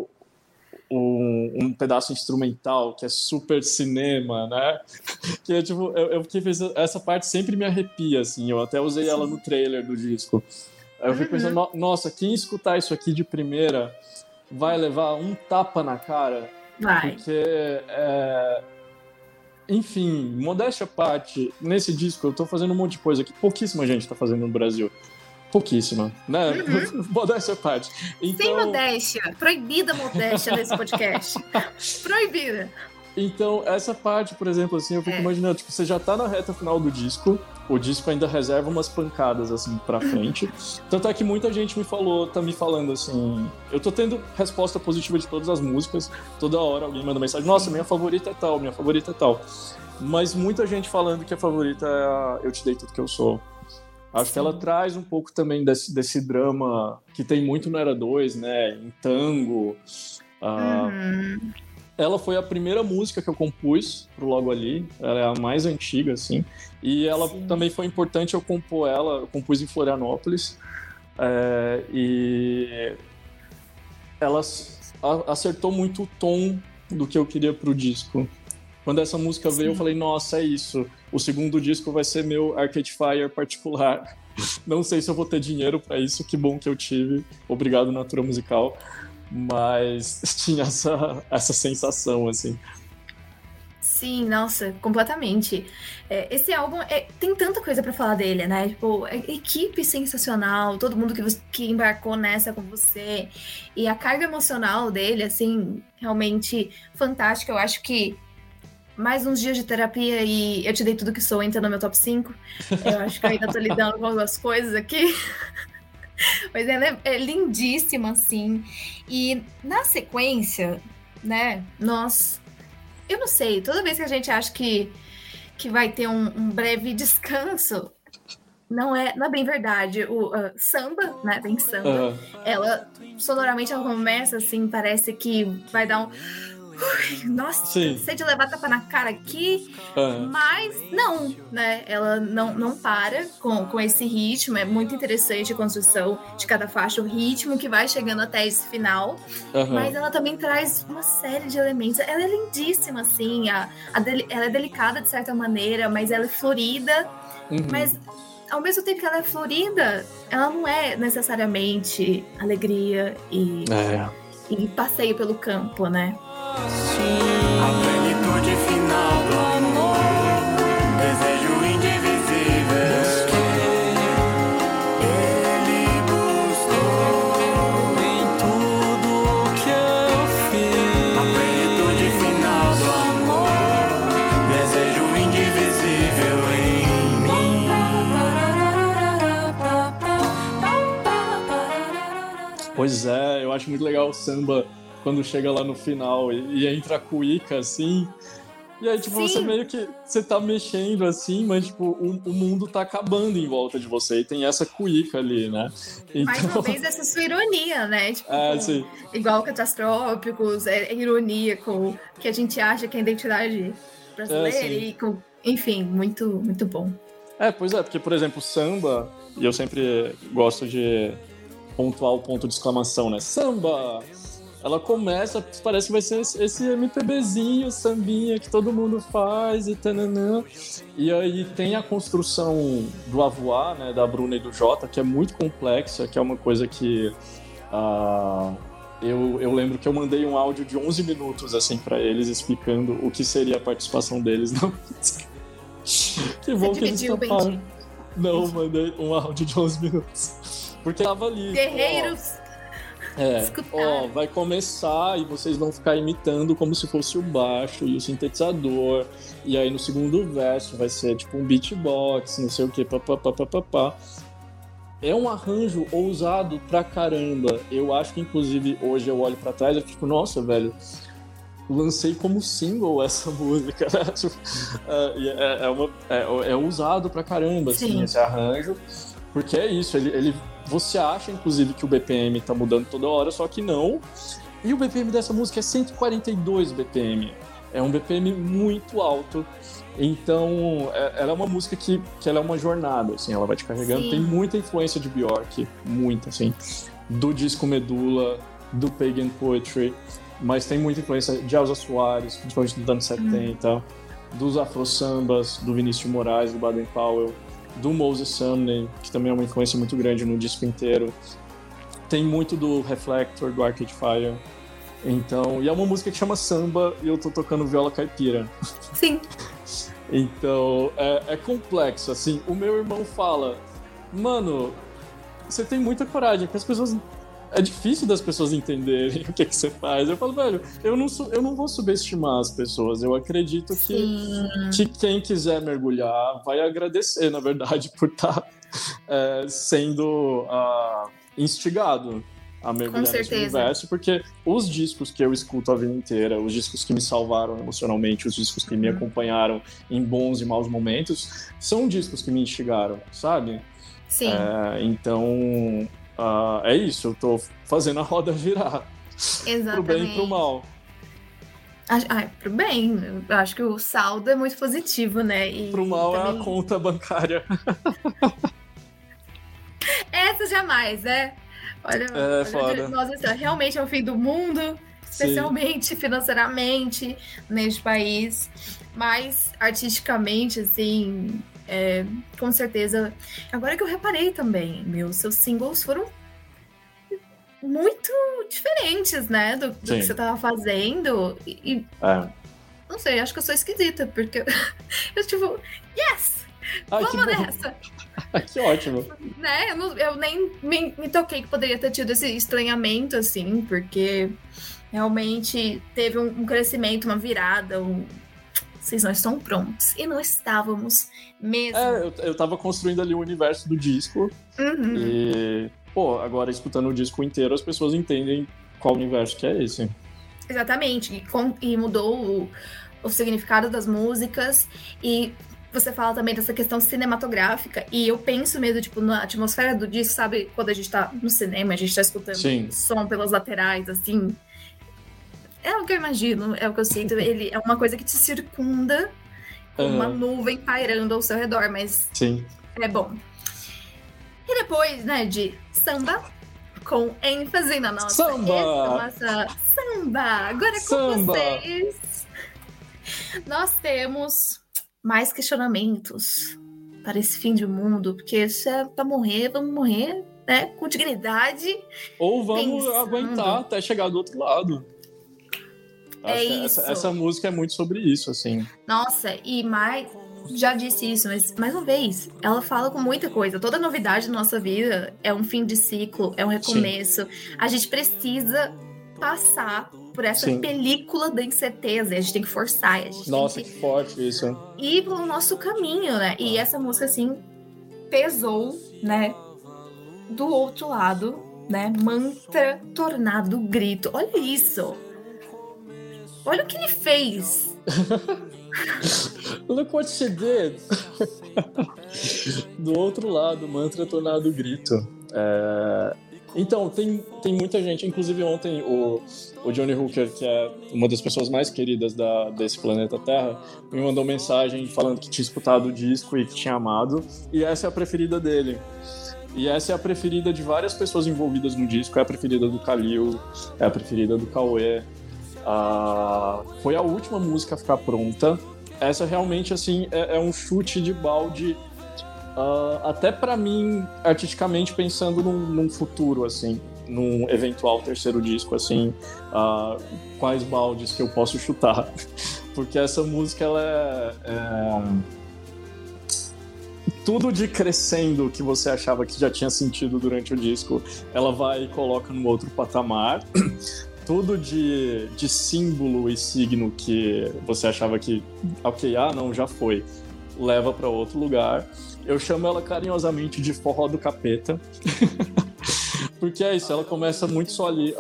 um pedaço instrumental que é super cinema, né? Que é tipo, eu fiquei pensando, essa parte sempre me arrepia, assim, eu até usei ela no trailer do disco. Eu fico pensando, nossa, quem escutar isso aqui de primeira vai levar um tapa na cara. Vai. Porque, enfim, modéstia à parte, nesse disco eu tô fazendo um monte de coisa que pouquíssima gente tá fazendo no Brasil. Pouquíssima, né? Modéstia à parte. Então... Sem modéstia. Proibida modéstia nesse podcast. Proibida. Então, essa parte, por exemplo, assim, eu fico imaginando, tipo, você já tá na reta final do disco, o disco ainda reserva umas pancadas, assim, pra frente. Tanto é que muita gente tá me falando, assim, eu tô tendo resposta positiva de todas as músicas, toda hora alguém manda mensagem, nossa, minha favorita é tal, minha favorita é tal. Mas muita gente falando que a favorita é a Eu Te Dei Tudo Que Eu Sou. Acho que ela traz um pouco também desse drama que tem muito no Era 2, né, em Tango. Ela foi a primeira música que eu compus pro Logo Ali, ela é a mais antiga, assim, e ela também foi importante eu compus em Florianópolis, e ela acertou muito o tom do que eu queria pro disco. Quando essa música veio, eu falei, nossa, é isso, o segundo disco vai ser meu Arcade Fire particular. Não sei se eu vou ter dinheiro pra isso, que bom que eu tive, obrigado Natura Musical. Mas tinha essa sensação, assim. Sim, nossa, completamente. Esse álbum tem tanta coisa pra falar dele, né? Tipo, equipe sensacional, todo mundo que embarcou nessa com você. E a carga emocional dele, assim, realmente fantástica. Eu acho que mais uns dias de terapia e Eu Te Dei Tudo Que Sou entra no meu top 5. Eu acho que eu ainda tô lidando com algumas coisas aqui. Mas ela é lindíssima, assim. E na sequência, né, eu não sei, toda vez que a gente acha que vai ter um breve descanso, não é bem verdade. O samba, né, tem samba, ela, sonoramente, ela começa assim, parece que vai dar nossa, sei de levar tapa na cara aqui, mas não, né? Ela não para com esse ritmo. É muito interessante a construção de cada faixa, o ritmo que vai chegando até esse final. Mas ela também traz uma série de elementos. Ela é lindíssima, assim. Ela é delicada de certa maneira, mas ela é florida. Mas ao mesmo tempo que ela é florida, ela não é necessariamente alegria e passeio pelo campo, né? A plenitude final do amor, desejo indivisível. Ele buscou em tudo o que eu fiz. A plenitude final do amor, desejo indivisível em mim. Pois é, eu acho muito legal o samba quando chega lá no final e entra a cuíca, assim, E aí, tipo, você meio que... Você tá mexendo assim, mas, tipo, o mundo tá acabando em volta de você. E tem essa cuíca ali, né? Então... Mais uma vez, essa sua ironia, né? Tipo, sim. Igual Catastrópicos, é ironia com que a gente acha que é a identidade brasileira. E com... Enfim, muito, muito bom. Pois é, porque, por exemplo, samba... E eu sempre gosto de pontuar o ponto de exclamação, né? Samba! Ela começa, parece que vai ser esse MPBzinho, sambinha que todo mundo faz e tananã. E aí tem a construção do Avoar, né, da Bruna e do Jota, que é muito complexa, que é uma coisa que... eu lembro que eu mandei um áudio de 11 minutos, assim, pra eles, explicando o que seria a participação deles na música. Que bom que eles toparam. Não, mandei um áudio de 11 minutos. Porque tava ali. Guerreiros! Vai começar e vocês vão ficar imitando como se fosse o baixo e o sintetizador. E aí no segundo verso vai ser tipo um beatbox, não sei o que, papapá. É um arranjo ousado pra caramba. Eu acho que, inclusive, hoje eu olho pra trás e fico, nossa, velho, lancei como single essa música, né? É ousado pra caramba, assim, esse arranjo. Porque é isso, você acha, inclusive, que o BPM tá mudando toda hora, só que não. E o BPM dessa música é 142 BPM. É um BPM muito alto. Então, ela é uma música que ela é uma jornada, assim, ela vai te carregando. Sim. Tem muita influência de Björk, muita, assim, do disco Medula, do Pagan Poetry, mas tem muita influência de Elza Soares, principalmente dos anos 70, dos afro-sambas, do Vinícius de Moraes, do Baden Powell, do Moses Sumney, que também é uma influência muito grande no disco inteiro. Tem muito do Reflector, do Arcade Fire. Então, e é uma música que chama Samba e eu tô tocando viola caipira. Sim. Então, é complexo, assim. O meu irmão fala, mano, você tem muita coragem, porque as pessoas... É difícil das pessoas entenderem o que você faz. Eu falo, velho, eu não vou subestimar as pessoas. Eu acredito que quem quiser mergulhar vai agradecer, na verdade, por estar sendo instigado a mergulhar nesse universo, porque os discos que eu escuto a vida inteira, os discos que me salvaram emocionalmente, os discos que me acompanharam em bons e maus momentos, são discos que me instigaram, sabe? Sim. Então, é isso, eu tô fazendo a roda girar. Exatamente. Pro bem e pro mal. Pro bem, eu acho que o saldo é muito positivo, né? E pro mal também... é a conta bancária. Essa jamais, né? Olha, foda. Nossa, realmente é o fim do mundo, especialmente financeiramente neste país, mas artisticamente, assim, com certeza. Agora que eu reparei também, seus singles foram muito diferentes, né, do que você tava fazendo. Não sei, acho que eu sou esquisita, porque eu tipo, yes! Vamos nessa! Que ótimo. Né? Eu nem me toquei que poderia ter tido esse estranhamento, assim, porque realmente teve um crescimento, uma virada, vocês não estão prontos. E não estávamos mesmo. Eu tava construindo ali o universo do disco. E, agora escutando o disco inteiro, as pessoas entendem qual universo que é esse. Exatamente. E mudou o significado das músicas. E você fala também dessa questão cinematográfica, e eu penso mesmo, tipo, na atmosfera do disco, sabe? Quando a gente tá no cinema, a gente tá escutando som pelas laterais, assim. É o que eu imagino, é o que eu sinto. Ele é uma coisa que te circunda, com uma nuvem pairando ao seu redor, mas é bom. E depois, né, de samba, com ênfase na nossa samba. Agora é com vocês. Nós temos mais questionamentos para esse fim de mundo, porque se é pra morrer, vamos morrer, né, com dignidade. Ou vamos aguentar até chegar do outro lado. Acho que essa música é muito sobre isso, assim. Nossa, e já disse isso, mas mais uma vez, ela fala com muita coisa. Toda novidade da nossa vida é um fim de ciclo, é um recomeço. A gente precisa passar por essa película da incerteza. A gente tem que forçar. Nossa, que forte isso. Ir pelo nosso caminho, né? E essa música, assim, pesou, né? Do outro lado, né? Mantra, tornado, grito. Olha isso. Olha o que ele fez. Look what she did. Do outro lado, mantra tornado grito. Então, tem muita gente, inclusive ontem o Johnny Hooker, que é uma das pessoas mais queridas desse planeta Terra, me mandou mensagem falando que tinha escutado o disco e que tinha amado, e essa é a preferida dele. E essa é a preferida de várias pessoas envolvidas no disco, é a preferida do Khalil, é a preferida do Cauê. Foi a última música a ficar pronta. Essa realmente, assim, é um chute de balde, até pra mim, artisticamente, pensando num futuro, assim, num eventual terceiro disco, assim, quais baldes que eu posso chutar. Porque essa música, ela tudo de crescendo que você achava que já tinha sentido durante o disco, ela vai e coloca num outro patamar. Tudo de símbolo e signo que você achava que, ok, não, já foi, leva para outro lugar. Eu chamo ela carinhosamente de forró do capeta. Porque é isso, ela começa muito só ali.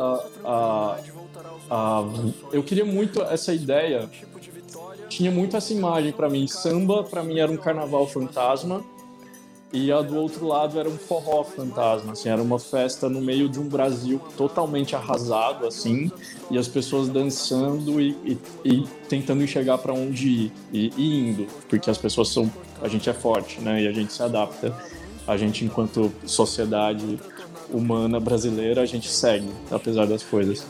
Eu queria muito essa ideia, tinha muito essa imagem para mim. Samba, para mim, era um carnaval fantasma. E a do outro lado era um forró fantasma, assim, era uma festa no meio de um Brasil totalmente arrasado, assim, e as pessoas dançando e tentando enxergar para onde ir, e indo, porque as pessoas a gente é forte, né, e a gente se adapta. A gente, enquanto sociedade humana brasileira, a gente segue, apesar das coisas.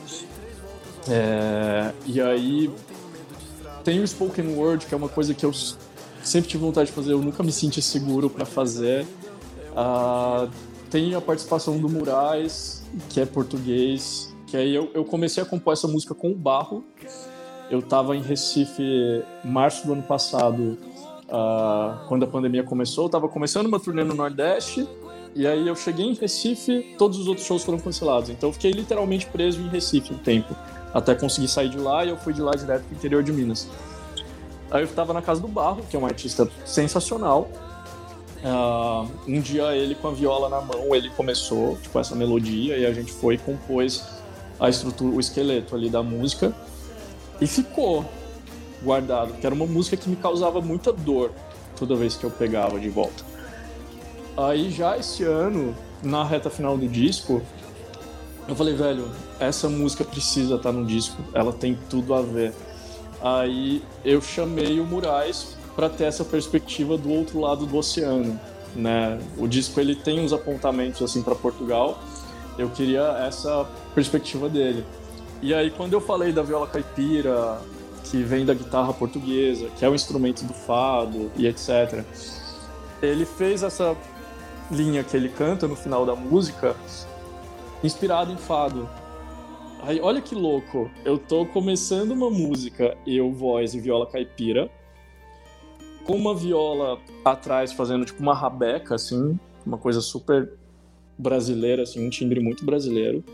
E aí tem o spoken word, que é uma coisa que eu sempre tive vontade de fazer, eu nunca me senti seguro para fazer. Tem a participação do Moraes, que é português, que aí eu comecei a compor essa música com o Barro. Eu estava em Recife março do ano passado, quando a pandemia começou. Eu estava começando uma turnê no Nordeste, e aí eu cheguei em Recife, todos os outros shows foram cancelados. Então eu fiquei literalmente preso em Recife um tempo, até conseguir sair de lá, e eu fui de lá direto pro interior de Minas. Aí eu estava na casa do Barro, que é um artista sensacional. Um dia ele com a viola na mão, ele começou essa melodia, e a gente foi e compôs a estrutura, o esqueleto ali da música, e ficou guardado, porque era uma música que me causava muita dor toda vez que eu pegava de volta. Aí já esse ano, na reta final do disco, eu falei, velho, essa música precisa estar no disco, ela tem tudo a ver. Aí eu chamei o Moraes para ter essa perspectiva do outro lado do oceano, né? O disco ele tem uns apontamentos assim para Portugal. Eu queria essa perspectiva dele. E aí quando eu falei da viola caipira, que vem da guitarra portuguesa, que é o instrumento do fado e etc. Ele fez essa linha que ele canta no final da música, inspirado em fado. Aí, olha que louco, eu tô começando uma música, eu, voz e viola caipira, com uma viola atrás fazendo tipo uma rabeca, assim, uma coisa super brasileira, assim, um timbre muito brasileiro.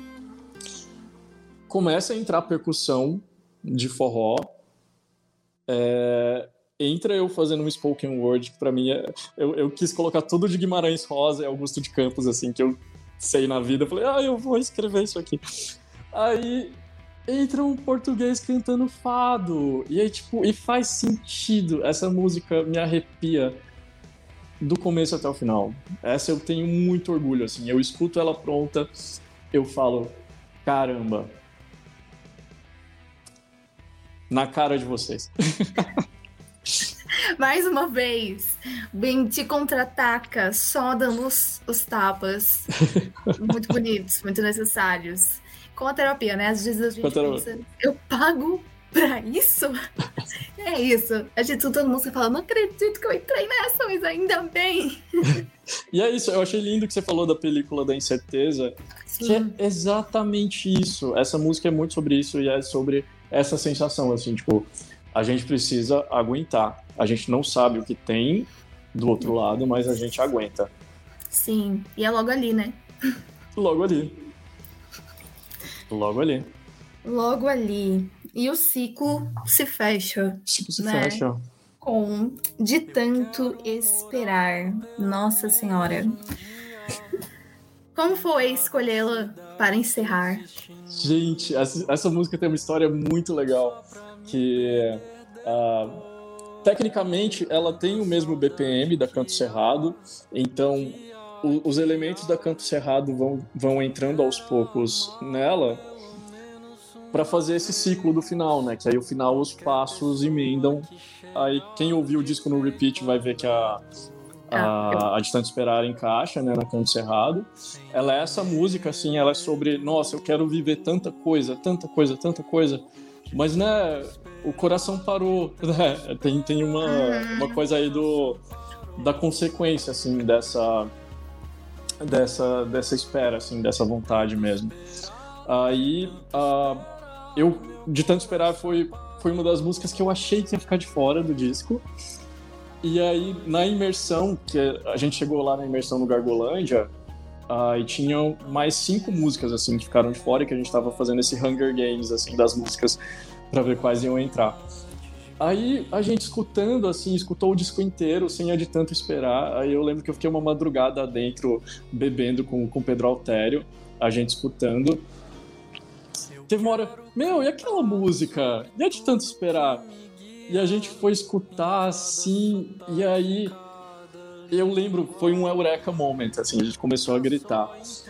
Começa a entrar percussão de forró, entra eu fazendo um spoken word, que pra mim eu quis colocar tudo de Guimarães Rosa e Augusto de Campos, assim, que eu sei na vida. Eu falei, eu vou escrever isso aqui. Aí entra um português cantando fado. E aí, e faz sentido. Essa música me arrepia do começo até o final. Essa eu tenho muito orgulho, assim. Eu escuto ela pronta, eu falo, caramba. Na cara de vocês. Mais uma vez, bem te contra-ataca, só dando os tapas. Muito bonitos, muito necessários. Com a terapia, né? Às vezes a gente pensa, eu pago pra isso? É isso. A gente escutando música e fala, não acredito que eu entrei nessa, mas ainda bem. E é isso, eu achei lindo que você falou da película da incerteza. Sim. Que é exatamente isso. Essa música é muito sobre isso e é sobre essa sensação, assim, a gente precisa aguentar. A gente não sabe o que tem do outro lado, mas a gente aguenta. Sim, e é logo ali, né? Logo ali. Logo ali. Logo ali. E o ciclo se fecha. O ciclo se fecha. Com De Tanto Esperar. Nossa Senhora. Como foi escolhê-la para encerrar? Gente, essa música tem uma história muito legal. Que Tecnicamente, ela tem o mesmo BPM da Canto Cerrado, então os elementos da Canto Cerrado vão entrando aos poucos nela para fazer esse ciclo do final, né? Que aí o final os passos emendam. Aí quem ouviu o disco no repeat vai ver que a De Tanto Esperar encaixa, né, na Canto Cerrado. Ela é essa música, assim, ela é sobre, nossa, eu quero viver tanta coisa, mas, né, o coração parou, né? Tem uma coisa aí da consequência, assim, dessa espera, assim, dessa vontade mesmo. Aí, eu, De Tanto Esperar, foi uma das músicas que eu achei que ia ficar de fora do disco. E aí, na imersão, que a gente chegou lá na imersão no Gargolândia, e tinham mais 5 músicas, assim, que ficaram de fora, e que a gente tava fazendo esse Hunger Games, assim, das músicas, pra ver quais iam entrar. Aí, a gente escutou o disco inteiro, sem a De Tanto Esperar. Aí eu lembro que eu fiquei uma madrugada dentro, bebendo com o Pedro Altério, a gente escutando. Teve uma hora, e aquela música? E a De Tanto Esperar? E a gente foi escutar, assim, e aí eu lembro, foi um eureka moment, assim, a gente começou a gritar.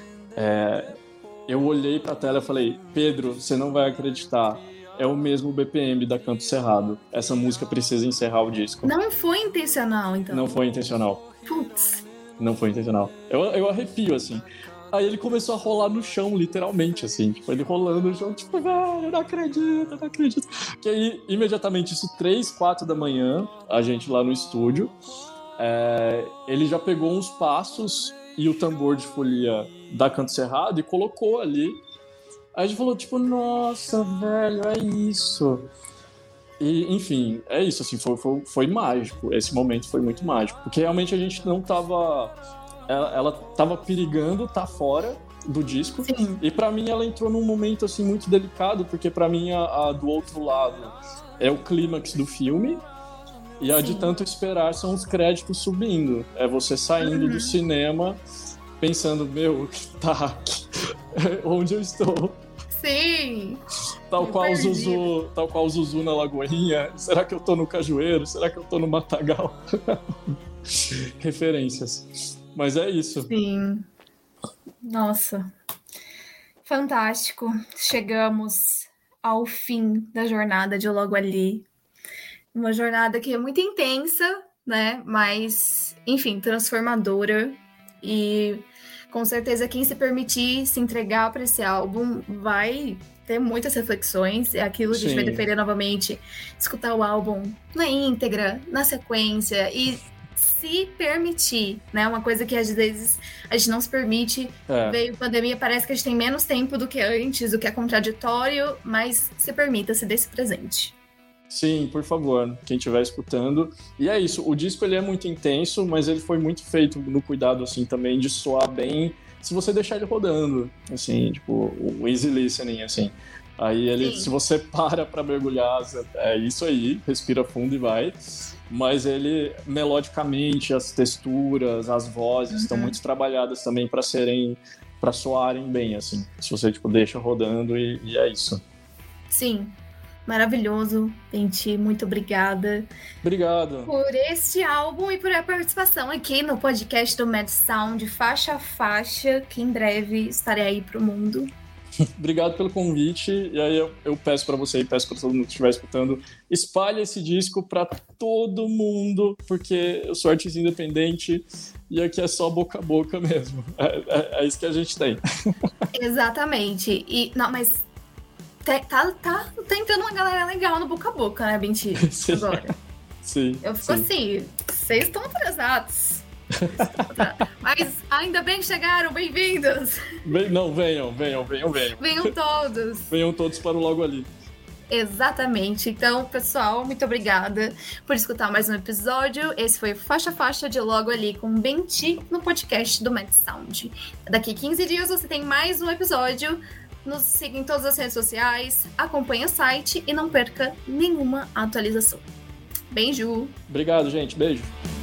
Eu olhei pra tela e falei, Pedro, você não vai acreditar, é o mesmo BPM da Canto Cerrado. Essa música precisa encerrar o disco. Não foi intencional, então? Não foi intencional. Putz. Não foi intencional. Eu arrepio, assim. Aí ele começou a rolar no chão, literalmente, assim. Tipo, ele rolando no chão, tipo, velho, eu não acredito. Que aí, imediatamente, isso 3, 4 da manhã, a gente lá no estúdio, ele já pegou uns passos e o tambor de folia da Canto Cerrado e colocou ali. Aí a gente falou, tipo, nossa, velho, é isso. E, enfim, é isso, assim, foi mágico. Esse momento foi muito mágico. Porque realmente a gente não tava... Ela tava perigando tá fora do disco. Sim. E pra mim ela entrou num momento assim muito delicado, porque pra mim a do outro lado é o clímax do filme e a De Tanto Esperar são os créditos subindo. É você saindo do cinema pensando, tá, onde eu estou? Sim. Tal qual o Zuzu na Lagoinha. Será que eu tô no Cajueiro? Será que eu tô no Matagal? Referências. Mas é isso. Sim. Nossa. Fantástico. Chegamos ao fim da jornada de Logo Ali. Uma jornada que é muito intensa, né? Mas, enfim, transformadora. E com certeza quem se permitir se entregar para esse álbum vai ter muitas reflexões. É aquilo que a gente vai defender novamente. Escutar o álbum na íntegra, na sequência e se permitir, né? Uma coisa que às vezes a gente não se permite. Veio a pandemia, parece que a gente tem menos tempo do que antes, o que é contraditório, mas se permita, se dê esse presente. Sim, por favor, quem estiver escutando. E é isso, o disco ele é muito intenso, mas ele foi muito feito no cuidado, assim, também de soar bem, se você deixar ele rodando, assim, tipo, o easy listening, assim. Aí ele, se você pra mergulhar, é isso aí, respira fundo e vai. Mas ele, melodicamente, as texturas, as vozes estão muito trabalhadas também para soarem bem, assim. Se você, tipo, deixa rodando e é isso. Sim. Maravilhoso, Penty, muito obrigada. Obrigado. Por este álbum e por a participação aqui no podcast do Mad Sound, faixa a faixa, que em breve estarei aí pro mundo. Obrigado pelo convite, e aí eu peço para você e peço para todo mundo que estiver escutando, espalhe esse disco para todo mundo, porque eu sou artista independente e aqui é só boca a boca mesmo. É isso que a gente tem. Exatamente. E, não, mas tá entrando uma galera legal no boca a boca, né, Penty? Agora. Sim. Eu fico assim, vocês estão atrasados. Mas ainda bem que chegaram, bem-vindos. Não, venham. Venham todos. Venham todos para o Logo Ali. Exatamente. Então, pessoal, muito obrigada por escutar mais um episódio. Esse foi o Faixa a Faixa de Logo Ali com Penty no podcast do Mad Sound. Daqui 15 dias você tem mais um episódio. Nos siga em todas as redes sociais, acompanhe o site e não perca nenhuma atualização. Beijo! Obrigado, gente. Beijo.